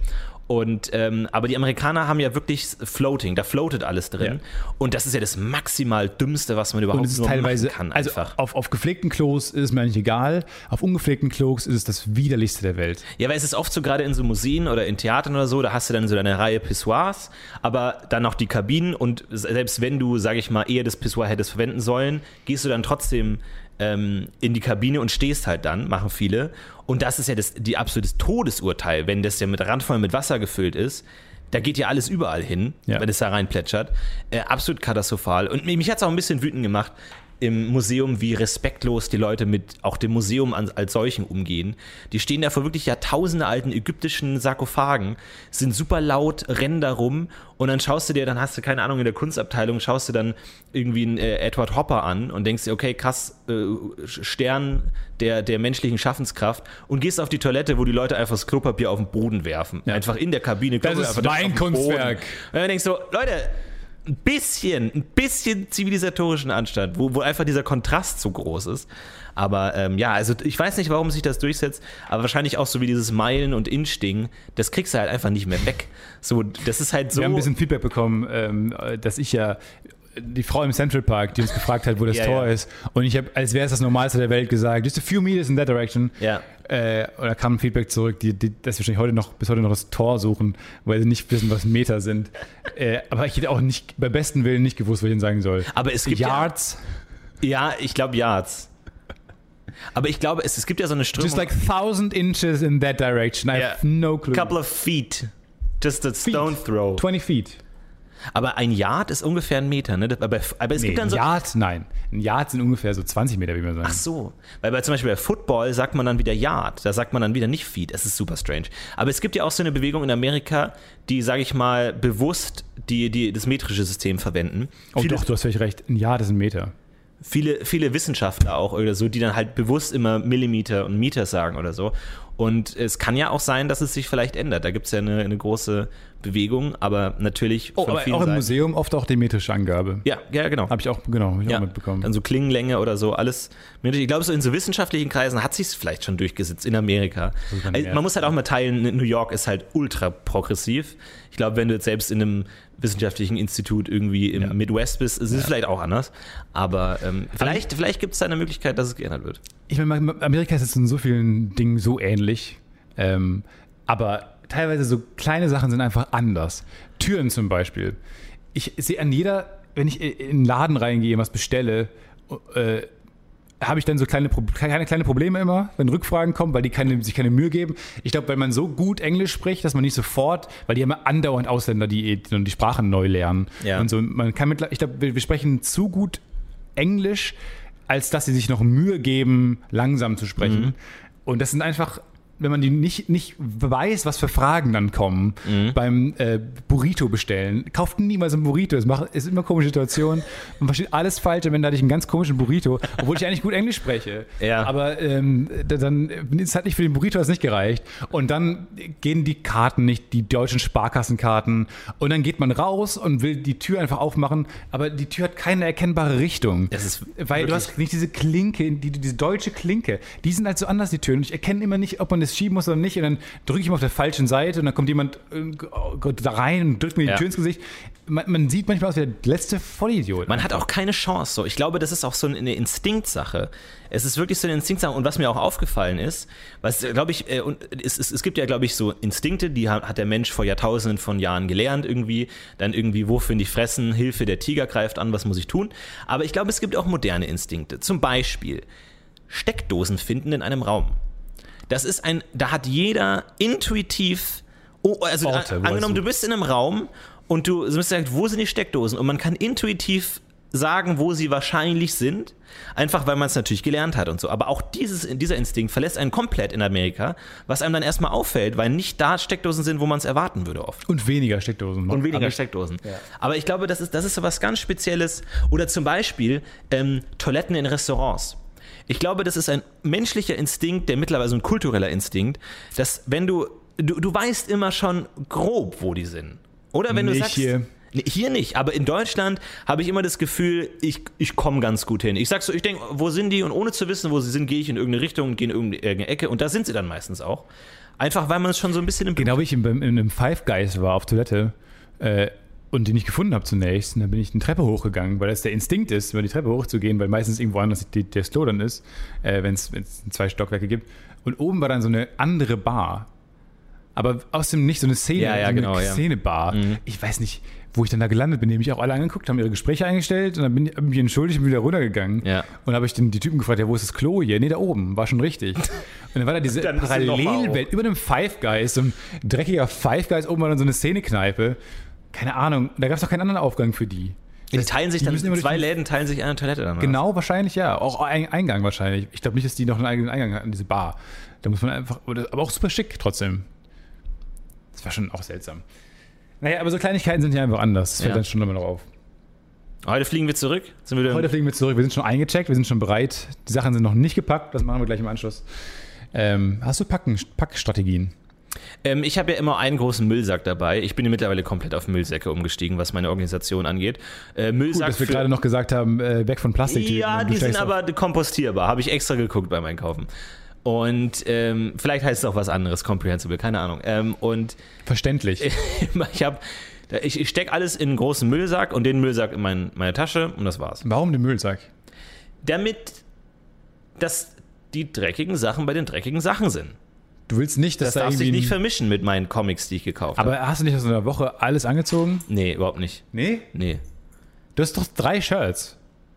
Und, ähm, aber die Amerikaner haben ja wirklich Floating, da floatet alles drin. Ja. Und das ist ja das maximal Dümmste, was man überhaupt Und es ist nur teilweise, machen kann. also Einfach. auf, auf gepflegten Klos ist es mir eigentlich egal, auf ungepflegten Klos ist es das widerlichste der Welt. Ja, weil es ist oft so, gerade in so Museen oder in Theatern oder so, da hast du dann so deine Reihe Pissoirs, aber dann noch die Kabinen und selbst wenn du, sag ich mal, eher das Pissoir hättest verwenden sollen, gehst du dann trotzdem ähm, in die Kabine und stehst halt dann, machen viele. Und das ist ja das die absolutes Todesurteil, wenn das ja mit randvoll mit Wasser gefüllt ist. Da geht ja alles überall hin, ja. wenn es da rein plätschert. Äh, absolut katastrophal. Und mich hat es auch ein bisschen wütend gemacht im Museum, wie respektlos die Leute mit auch dem Museum als, als solchen umgehen. Die stehen da vor wirklich jahrtausende alten ägyptischen Sarkophagen, sind super laut, rennen da rum und dann schaust du dir, dann hast du, keine Ahnung, in der Kunstabteilung schaust du dann irgendwie einen äh, Edward Hopper an und denkst dir, okay, krass, äh, Stern der, der menschlichen Schaffenskraft und gehst auf die Toilette, wo die Leute einfach das Klopapier auf den Boden werfen. Ja. Einfach in der Kabine. Das ist mein Kunstwerk. Und dann denkst du, Leute, ein bisschen, ein bisschen zivilisatorischen Anstand, wo, wo einfach dieser Kontrast so groß ist. Aber ähm, ja, also ich weiß nicht, warum sich das durchsetzt, aber wahrscheinlich auch so wie dieses Meilen- und Inch-Ding, das kriegst du halt einfach nicht mehr weg. So, das ist halt so. Wir haben ein bisschen Feedback bekommen, ähm, dass ich ja die Frau im Central Park, die uns gefragt hat, wo das ja, Tor ja. ist. Und ich habe, als wäre es das Normalste der Welt, gesagt, just a few meters in that direction. Ja. Äh, und da kam ein Feedback zurück, die, die, dass wir wahrscheinlich heute noch, bis heute noch das Tor suchen, weil sie nicht wissen, was Meter sind. äh, aber ich hätte auch nicht, bei besten Willen nicht gewusst, was ich ihnen sagen soll. Aber es gibt Yards? Ja, ja ich glaube Yards. Aber ich glaube, es, es gibt ja so eine Strömung. Just like thousand inches in that direction. I yeah. have no clue. Couple of feet. Just a stone feet. throw. twenty feet. Aber ein Yard ist ungefähr ein Meter, ne? Aber, aber es nee, gibt dann so. Ein Yard, nein. Ein Yard sind ungefähr so zwanzig Meter, wie man sagt. Ach so. Weil bei, zum Beispiel bei Football sagt man dann wieder Yard. Da sagt man dann wieder nicht Feet. Es ist super strange. Aber es gibt ja auch so eine Bewegung in Amerika, die, sage ich mal, bewusst die, die, das metrische System verwenden. Oh Viele, doch, du hast völlig recht. Ein Yard ist ein Meter. Viele, viele Wissenschaftler auch oder so, die dann halt bewusst immer Millimeter und Meter sagen oder so. Und es kann ja auch sein, dass es sich vielleicht ändert. Da gibt es ja eine, eine große Bewegung, aber natürlich oh, von aber vielen auch im Seiten. Museum oft auch die metrische Angabe. Ja, ja, genau. Habe ich auch, genau, hab ich ja. auch mitbekommen. Dann so Klingenlänge oder so, alles. Ich glaube, so in so wissenschaftlichen Kreisen hat sich es vielleicht schon durchgesetzt in Amerika. Also man muss halt auch mal teilen, New York ist halt ultra progressiv. Ich glaube, wenn du jetzt selbst in einem wissenschaftlichen Institut irgendwie im ja. Midwest bist, ist es ja. vielleicht auch anders. Aber ähm, vielleicht, vielleicht gibt es da eine Möglichkeit, dass es geändert wird. Ich meine, Amerika ist jetzt in so vielen Dingen so ähnlich. Ähm, aber teilweise so kleine Sachen sind einfach anders. Türen zum Beispiel. Ich sehe an jeder, wenn ich in einen Laden reingehe, was bestelle, äh, habe ich dann so kleine, kleine, kleine Probleme immer, wenn Rückfragen kommen, weil die keine, sich keine Mühe geben. Ich glaube, weil man so gut Englisch spricht, dass man nicht sofort, weil die haben ja andauernd Ausländer, die die, die Sprachen neu lernen. Ja. Und so, man kann mit, ich glaube, wir, wir sprechen zu gut Englisch, als dass sie sich noch Mühe geben, langsam zu sprechen. Mhm. Und das sind einfach, wenn man die nicht, nicht weiß, was für Fragen dann kommen mhm. beim äh, Burrito bestellen, kauft niemals ein Burrito. Es macht, ist immer eine komische Situation. Man versteht alles falsch, wenn da ich einen ganz komischen Burrito, obwohl ich eigentlich gut Englisch spreche. Ja. Aber ähm, dann es hat nicht für den Burrito das nicht gereicht. Und dann gehen die Karten nicht, die deutschen Sparkassenkarten. Und dann geht man raus und will die Tür einfach aufmachen, aber die Tür hat keine erkennbare Richtung. Das ist weil wirklich? Du hast nicht diese Klinke, die, diese deutsche Klinke. Die sind halt so anders, die Türen. Und ich erkenne immer nicht, ob man das schieben muss oder nicht, und dann drücke ich mal auf der falschen Seite und dann kommt jemand äh, da rein und drückt mir die ja. Tür ins Gesicht. Man, man sieht manchmal aus wie der letzte Vollidiot. Man hat auch keine Chance. So. Ich glaube, das ist auch so eine Instinktsache. Es ist wirklich so eine Instinktsache. Und was mir auch aufgefallen ist, was, glaube ich, äh, und es, es, es gibt ja, glaube ich, so Instinkte, die hat, hat der Mensch vor Jahrtausenden von Jahren gelernt irgendwie. Dann irgendwie, wo finde ich Fressen? Hilfe, der Tiger greift an, was muss ich tun? Aber ich glaube, es gibt auch moderne Instinkte. Zum Beispiel Steckdosen finden in einem Raum. Das ist ein, da hat jeder intuitiv, oh, also Orte, an, angenommen, du bist in einem Raum und du musst sagen, wo sind die Steckdosen? Und man kann intuitiv sagen, wo sie wahrscheinlich sind, einfach weil man es natürlich gelernt hat und so. Aber auch dieses, dieser Instinkt verlässt einen komplett in Amerika, was einem dann erstmal auffällt, weil nicht da Steckdosen sind, wo man es erwarten würde oft. Und weniger Steckdosen. Und weniger Steckdosen. Ja. Aber ich glaube, das ist, das ist so was ganz Spezielles. Oder zum Beispiel ähm, Toiletten in Restaurants. Ich glaube, das ist ein menschlicher Instinkt, der mittlerweile so ein kultureller Instinkt, dass wenn du, du, du weißt immer schon grob, wo die sind. Oder wenn Nicht du sagst, hier. Nee, hier nicht, aber in Deutschland habe ich immer das Gefühl, ich, ich komme ganz gut hin. Ich sag so, ich denke, wo sind die? Und ohne zu wissen, wo sie sind, gehe ich in irgendeine Richtung und gehe in irgendeine Ecke. Und da sind sie dann meistens auch. Einfach, weil man es schon so ein bisschen im Blut Genau wie ich in, in einem Five Guys war auf Toilette äh, und den nicht gefunden habe zunächst. Und dann bin ich eine Treppe hochgegangen, weil das der Instinkt ist, über die Treppe hochzugehen, weil meistens irgendwo anders die, der Slow dann ist, äh, wenn es zwei Stockwerke gibt. Und oben war dann so eine andere Bar. Aber aus dem nicht so eine Szene, Ja, ja, so eine genau, ja. Szenebar. Mhm. Ich weiß nicht, wo ich dann da gelandet bin. Die haben mich auch alle angeguckt, haben ihre Gespräche eingestellt und dann bin ich hab mich entschuldigt und bin wieder runtergegangen. Ja. Und habe ich den, die Typen gefragt, ja, wo ist das Klo hier? Nee, da oben, war schon richtig. Und dann war da diese Dann bist du noch mal Parallelwelt über einem Five Guys, so ein dreckiger Five Guys, oben war dann so eine Szenekneipe. Keine Ahnung, da gab es doch keinen anderen Aufgang für die. Die teilen sich die dann, müssen immer durch zwei den- Läden teilen sich eine Toilette dann. oder? Genau, wahrscheinlich ja. Auch ein Eingang wahrscheinlich. Ich glaube nicht, dass die noch einen eigenen Eingang hatten, diese Bar. Da muss man einfach, oder- aber auch super schick trotzdem. Das war schon auch seltsam. Naja, aber so Kleinigkeiten sind ja einfach anders. Das fällt Ja. dann schon immer noch auf. Heute fliegen wir zurück. Sind wir wieder Heute fliegen wir zurück. Wir sind schon eingecheckt, wir sind schon bereit. Die Sachen sind noch nicht gepackt. Das machen wir gleich im Anschluss. Ähm, hast du Packen, Packstrategien? Ähm, ich habe ja immer einen großen Müllsack dabei. Ich bin ja mittlerweile komplett auf Müllsäcke umgestiegen, was meine Organisation angeht. Äh, Gut, Müllsack dass wir für- gerade noch gesagt haben, äh, weg von Plastiktüten. Ja, Du die sind steigst auf- aber kompostierbar. Habe ich extra geguckt beim Einkaufen. Und ähm, vielleicht heißt es auch was anderes, comprehensible, keine Ahnung. Ähm, und Verständlich. ich habe, ich, ich stecke alles in einen großen Müllsack und den Müllsack in mein, meine Tasche und das war's. Warum den Müllsack? Damit, dass die dreckigen Sachen bei den dreckigen Sachen sind. Du willst nicht, dass Das da darf irgendwie... sich nicht ein- vermischen mit meinen Comics, die ich gekauft habe. aber hast du nicht aus einer Woche alles angezogen? Nee, überhaupt nicht. Nee? Nee. Du hast doch drei Shirts.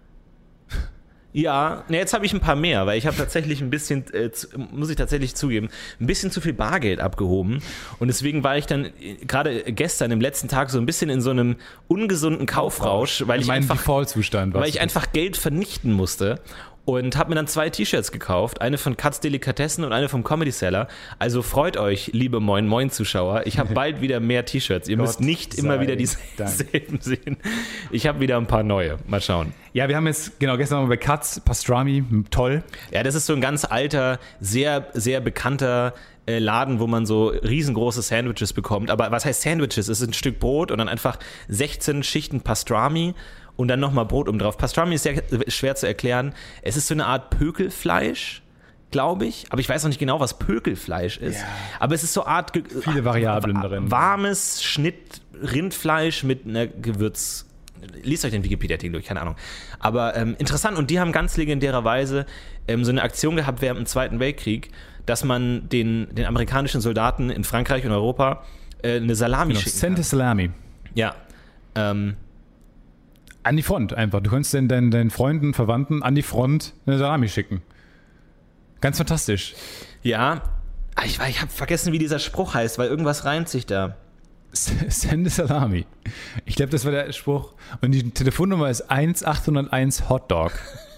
Ja, ne, jetzt habe ich ein paar mehr, weil ich habe tatsächlich ein bisschen, äh, zu, muss ich tatsächlich zugeben, ein bisschen zu viel Bargeld abgehoben. Und deswegen war ich dann äh, gerade gestern, im letzten Tag, so ein bisschen in so einem ungesunden Kaufrausch, weil ich mein einfach, Default-Zustand. weil ich einfach Geld vernichten musste. Und habe mir dann zwei T-Shirts gekauft, eine von Katz Delikatessen und eine vom Comedy Seller. Also freut euch, liebe Moin Moin Zuschauer, ich habe bald wieder mehr T-Shirts. Ihr Gott müsst nicht immer sei wieder Dank. dieselben sehen. Ich habe wieder ein paar neue. Mal schauen. Ja, wir haben jetzt, genau, gestern waren wir bei Katz, Pastrami, toll. Ja, das ist so ein ganz alter, sehr, sehr bekannter äh, Laden, wo man so riesengroße Sandwiches bekommt. Aber was heißt Sandwiches? Es ist ein Stück Brot und dann einfach sechzehn Schichten Pastrami und dann nochmal Brot oben drauf. Pastrami ist sehr schwer zu erklären. Es ist so eine Art Pökelfleisch, glaube ich. Aber ich weiß noch nicht genau, was Pökelfleisch ist. Ja. Aber es ist so Art ge- Viele Variablen wa- darin. warmes Schnitt Rindfleisch mit einer Gewürz. Liest euch den Wikipedia-Artikel durch, keine Ahnung. Aber ähm, interessant, und die haben ganz legendärerweise ähm, so eine Aktion gehabt während dem Zweiten Weltkrieg, dass man den, den amerikanischen Soldaten in Frankreich und Europa äh, eine Salami Genau, schicken Sente kann. Salami. Ja. Ähm, An die Front einfach. Du könntest deinen, deinen, deinen Freunden, Verwandten an die Front eine Salami schicken. Ganz fantastisch. ja. Ah, Ich, ich habe vergessen, wie dieser Spruch heißt, weil irgendwas reimt sich da. Sende Salami. Ich glaube, das war der Spruch. Und die Telefonnummer ist eins acht null eins Hotdog.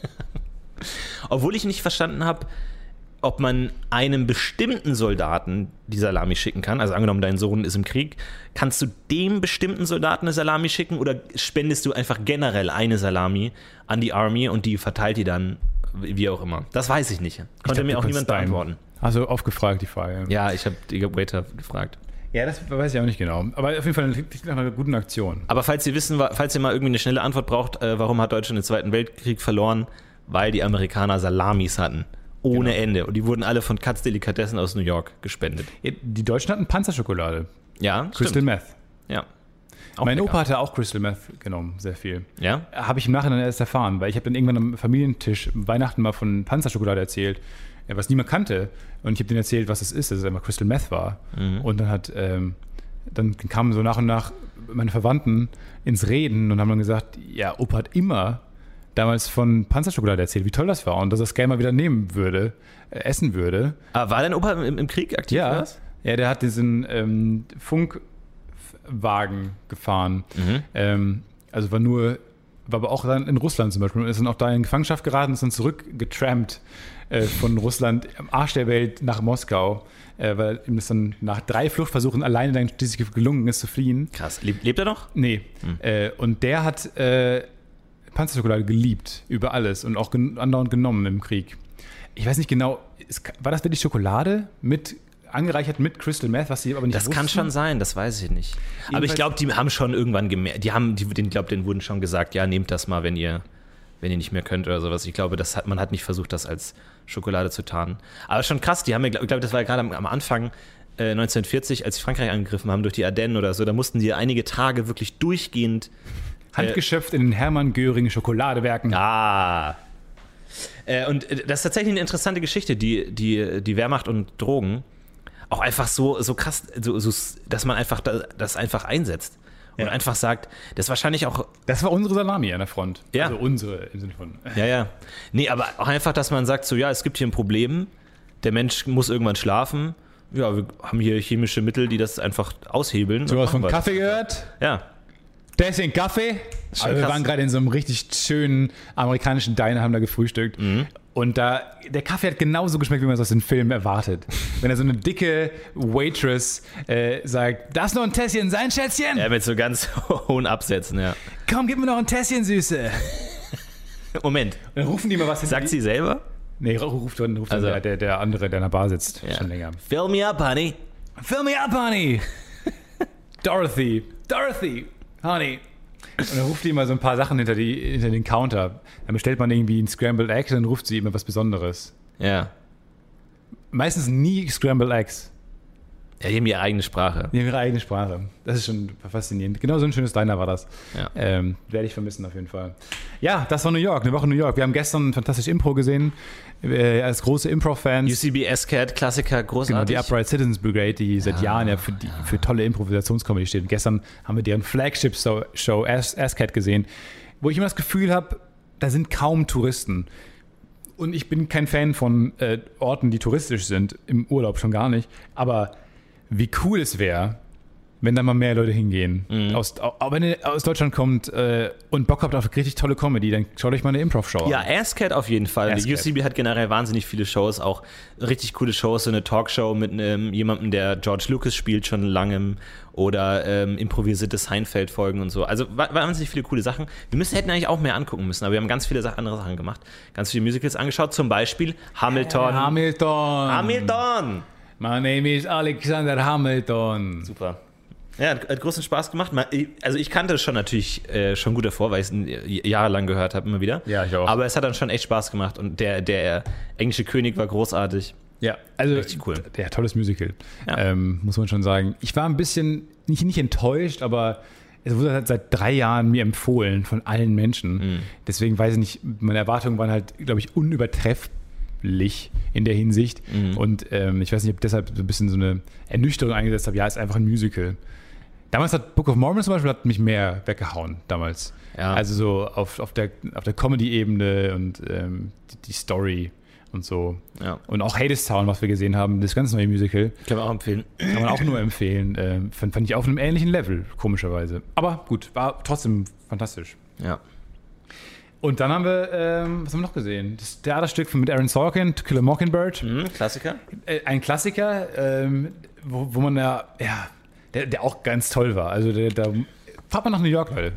Obwohl ich nicht verstanden habe, ob man einem bestimmten Soldaten die Salami schicken kann. Also angenommen, dein Sohn ist im Krieg. Kannst du dem bestimmten Soldaten eine Salami schicken oder spendest du einfach generell eine Salami an die Army und die verteilt die dann, wie auch immer? Das weiß ich nicht. Konnte glaub, mir du auch niemand kannst deinem- beantworten. Also aufgefragt, die Frage. Ja, ich habe die Waiter gefragt. Ja, das weiß ich auch nicht genau. Aber auf jeden Fall klingt nach einer guten Aktion. Aber falls ihr wissen, falls ihr mal irgendwie eine schnelle Antwort braucht, äh, warum hat Deutschland den Zweiten Weltkrieg verloren? Weil die Amerikaner Salamis hatten. Ohne Genau. Ende. Und die wurden alle von Katz Delikatessen aus New York gespendet. Ja, die Deutschen hatten Panzerschokolade. Ja, Crystal stimmt. Meth. Ja. Auch Mein lecker. Opa hatte auch Crystal Meth genommen, sehr viel. Ja? Habe ich im Nachhinein erst erfahren, weil ich habe dann irgendwann am Familientisch Weihnachten mal von Panzerschokolade erzählt, äh, was niemand kannte. Und ich habe denen erzählt, was es ist, dass es einfach Crystal Meth war. Mhm. Und dann hat, ähm, dann kamen so nach und nach meine Verwandten ins Reden und haben dann gesagt, ja, Opa hat immer damals von Panzerschokolade erzählt, wie toll das war und dass er es gerne mal wieder nehmen würde, äh, essen würde. Aber war dein Opa im, im Krieg aktiv? Ja, oder was? ja, der hat diesen ähm, Funkwagen gefahren. Mhm. Ähm, also war nur, war aber auch dann in Russland zum Beispiel und ist dann auch da in Gefangenschaft geraten, ist dann zurückgetrampt äh, von Russland am Arsch der Welt nach Moskau, äh, weil ihm das dann nach drei Fluchtversuchen alleine dann schließlich gelungen ist zu fliehen. Krass. Lebt, lebt er noch? Nee. Äh, und der hat äh, Panzerschokolade geliebt über alles und auch gen- andauernd genommen im Krieg. Ich weiß nicht genau, ist, war das wirklich Schokolade mit angereichert mit Crystal Meth, was sie aber nicht Das wussten. kann schon sein, das weiß ich nicht. Aber ich Jedenfalls- glaube, die haben schon irgendwann gemerkt, die haben, die, den glaube, denen wurden schon gesagt, ja, nehmt das mal, wenn ihr, wenn ihr nicht mehr könnt oder sowas. Ich glaube, das hat, man hat nicht versucht, das als Schokolade zu tarnen. Aber schon krass, die haben ja, ich glaube, das war ja gerade am, am Anfang äh, neunzehnhundertvierzig, als sie Frankreich angegriffen haben durch die Ardennen oder so, da mussten die einige Tage wirklich durchgehend Handgeschöpft in den Hermann Göring Schokoladewerken. Ah. Äh, und äh, das ist tatsächlich eine interessante Geschichte, die, die, die Wehrmacht und Drogen auch einfach so, so krass, so, so, dass man einfach da, das einfach einsetzt. Und Ja. einfach sagt, das ist wahrscheinlich auch. Das war unsere Salami an der Front. Ja. Also unsere im Sinne von. Ja, ja. Nee, aber auch einfach, dass man sagt, so, ja, es gibt hier ein Problem, der Mensch muss irgendwann schlafen. Ja, wir haben hier chemische Mittel, die das einfach aushebeln. Du Und hast von machen wir Kaffee gehört? das. Ja. Deswegen Kaffee. Schon Aber wir krass. waren gerade in so einem richtig schönen amerikanischen Diner, haben da gefrühstückt. Mhm. Und da, der Kaffee hat genauso geschmeckt, wie man es aus den Filmen erwartet. Wenn da so eine dicke Waitress äh, sagt, darf noch ein Tässchen sein, Schätzchen? Ja, mit so ganz hohen Absätzen, ja. Komm, gib mir noch ein Tässchen, Süße. Moment, Und dann rufen die mal was hinter sagt die- sie selber? Nee, ruft dann, ruft Also- dann der, der, der andere, der in der Bar sitzt, Ja. schon länger. Fill me up, honey. Fill me up, honey. Dorothy. Dorothy. Honey. Und dann ruft die immer so ein paar Sachen hinter, die, hinter den Counter. Dann bestellt man irgendwie ein Scrambled Egg, dann ruft sie immer was Besonderes. Ja. Meistens nie Scrambled Eggs. Ja, die haben ihre eigene Sprache. Die haben ihre eigene Sprache. Das ist schon faszinierend. Genau so ein schönes Diner war das. Ja. Ähm, werde ich vermissen auf jeden Fall. Ja, das war New York, eine Woche New York. Wir haben gestern fantastisch Impro gesehen, äh, als große U Impro-Fans. C B S-Cat, Klassiker, Genau, großartig. die Upright Citizens Brigade, die seit Ja, Jahren ja für, die, für tolle Improvisationscomedy steht. Und gestern haben wir deren Flagship-Show ASCAT gesehen, wo ich immer das Gefühl habe, da sind kaum Touristen. Und ich bin kein Fan von äh, Orten, die touristisch sind, im Urlaub schon gar nicht. Aber wie cool es wäre, wenn da mal mehr Leute hingehen. Mhm. Aus, auch wenn ihr aus Deutschland kommt äh, und Bock habt auf richtig tolle Comedy, dann schaut euch mal eine Improv-Show Ja, an. ASCAT auf jeden Fall. Die ASCAT. U C B hat generell wahnsinnig viele Shows, auch richtig coole Shows, so eine Talkshow mit einem, jemandem, der George Lucas spielt schon langem oder ähm, improvisierte Seinfeld-Folgen und so. Also wa- wahnsinnig viele coole Sachen. Wir müssen, hätten eigentlich auch mehr angucken müssen, aber wir haben ganz viele Sa- andere Sachen gemacht. Ganz viele Musicals angeschaut, zum Beispiel Hamilton. Hamilton. Hamilton! My name is Alexander Hamilton. Super. Ja, hat, hat großen Spaß gemacht. Ma- Also ich kannte es schon natürlich äh, schon gut davor, weil ich es n- jahrelang gehört habe, immer wieder. Ja, ich auch. Aber es hat dann schon echt Spaß gemacht und der, der englische König war großartig. Ja, also Richtig cool. Ja, tolles Musical, Ja. ähm, muss man schon sagen. Ich war ein bisschen, nicht, nicht enttäuscht, aber es wurde halt seit drei Jahren mir empfohlen von allen Menschen. Mhm. Deswegen weiß ich nicht, meine Erwartungen waren halt, glaube ich, unübertrefflich in der Hinsicht. Mhm. Und ähm, ich weiß nicht, ob ich deshalb so ein bisschen so eine Ernüchterung eingesetzt habe. Ja, ist einfach ein Musical. Damals hat Book of Mormon zum Beispiel hat mich mehr weggehauen, damals. Ja. Also so auf, auf der, auf der Comedy-Ebene und ähm, die, die Story und so. Ja. Und auch Hadestown, was wir gesehen haben, das ganz neue Musical, Kann man auch empfehlen. kann man auch nur empfehlen. Ähm, fand, fand ich auf einem ähnlichen Level, komischerweise. Aber gut, war trotzdem fantastisch. Ja. Und dann haben wir, ähm, was haben wir noch gesehen? Das Theaterstück von, mit Aaron Sorkin, To Kill a Mockingbird. Mhm, Klassiker. Äh, ein Klassiker, ähm, wo, wo man da, ja, der, der auch ganz toll war. Also der, da fahrt man nach New York, Leute.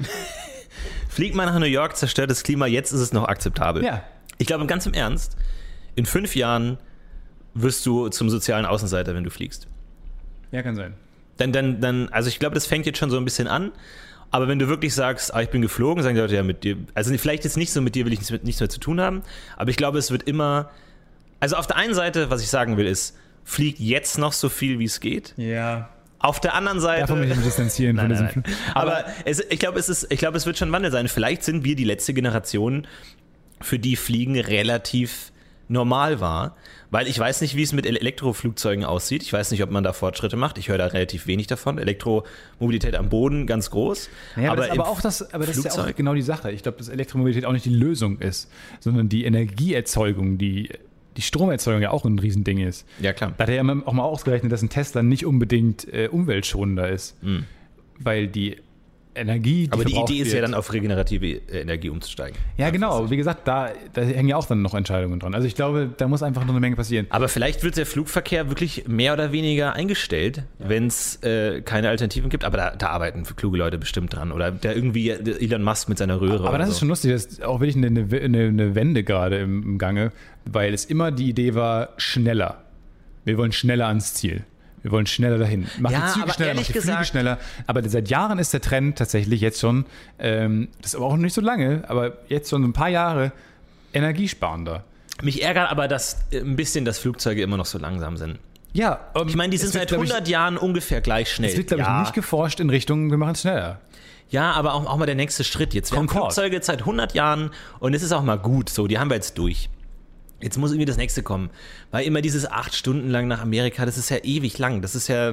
Fliegt man nach New York, zerstört das Klima, jetzt ist es noch akzeptabel. Ja. Ich glaube, ganz im Ernst, in fünf Jahren wirst du zum sozialen Außenseiter, wenn du fliegst. Ja, kann sein. Dann, dann, dann, also ich glaube, das fängt jetzt schon so ein bisschen an. Aber wenn du wirklich sagst, ah, ich bin geflogen, sagen die Leute ja mit dir, also vielleicht jetzt nicht so, mit dir will ich nichts, mit, nichts mehr zu tun haben, aber ich glaube, es wird immer, also auf der einen Seite, was ich sagen will, ist, flieg jetzt noch so viel, wie es geht. Ja. Auf der anderen Seite. Davon mich distanzieren Nein, von nein, diesem nein. Film. Aber es, ich glaube, es ist, ich glaube, es wird schon Wandel sein. Vielleicht sind wir die letzte Generation, für die Fliegen relativ normal war. Weil ich weiß nicht, wie es mit Elektroflugzeugen aussieht. Ich weiß nicht, ob man da Fortschritte macht. Ich höre da relativ wenig davon. Elektromobilität am Boden, ganz groß. Ja, aber, aber das, im aber auch das, aber das ist ja auch Flugzeug- genau die Sache. Ich glaube, dass Elektromobilität auch nicht die Lösung ist, sondern die Energieerzeugung, die, die Stromerzeugung ja auch ein Riesending ist. Ja, klar. Da hat er ja auch mal ausgerechnet, dass ein Tesla nicht unbedingt äh, umweltschonender ist, Mhm. weil die Energie, die Aber die verbraucht Idee ist ja wird- dann auf regenerative äh, Energie umzusteigen. Ja, genau. Wie gesagt, da, da hängen ja auch dann noch Entscheidungen dran. Also ich glaube, da muss einfach noch eine Menge passieren. Aber vielleicht wird der Flugverkehr wirklich mehr oder weniger eingestellt, wenn es äh, keine Alternativen gibt. Aber da, da arbeiten kluge Leute bestimmt dran. Oder der irgendwie Elon Musk mit seiner Röhre. Aber oder das so. ist schon lustig, das ist auch wirklich eine, eine, eine Wende gerade im, im Gange, weil es immer die Idee war, schneller. Wir wollen schneller ans Ziel. Wir wollen schneller dahin. Mach Ja, die Züge aber schneller, mach ehrlich die Flüge gesagt- schneller. Aber seit Jahren ist der Trend tatsächlich jetzt schon, ähm, das ist aber auch noch nicht so lange, aber jetzt schon ein paar Jahre energiesparender. Mich ärgert aber, dass äh, ein bisschen, dass Flugzeuge immer noch so langsam sind. Ja, ähm, Ich meine, die sind es wird, seit glaub ich, hundert Jahren ungefähr gleich schnell. Es wird, glaube ja. ich, nicht geforscht in Richtung, wir machen es schneller. Ja, aber auch, auch mal der nächste Schritt. Jetzt, wir haben Concorde. Flugzeuge jetzt seit hundert Jahren und es ist auch mal gut. So, die haben wir jetzt durch. Jetzt muss irgendwie das nächste kommen. Weil immer dieses acht Stunden lang nach Amerika, das ist ja ewig lang. Das ist ja. Ja,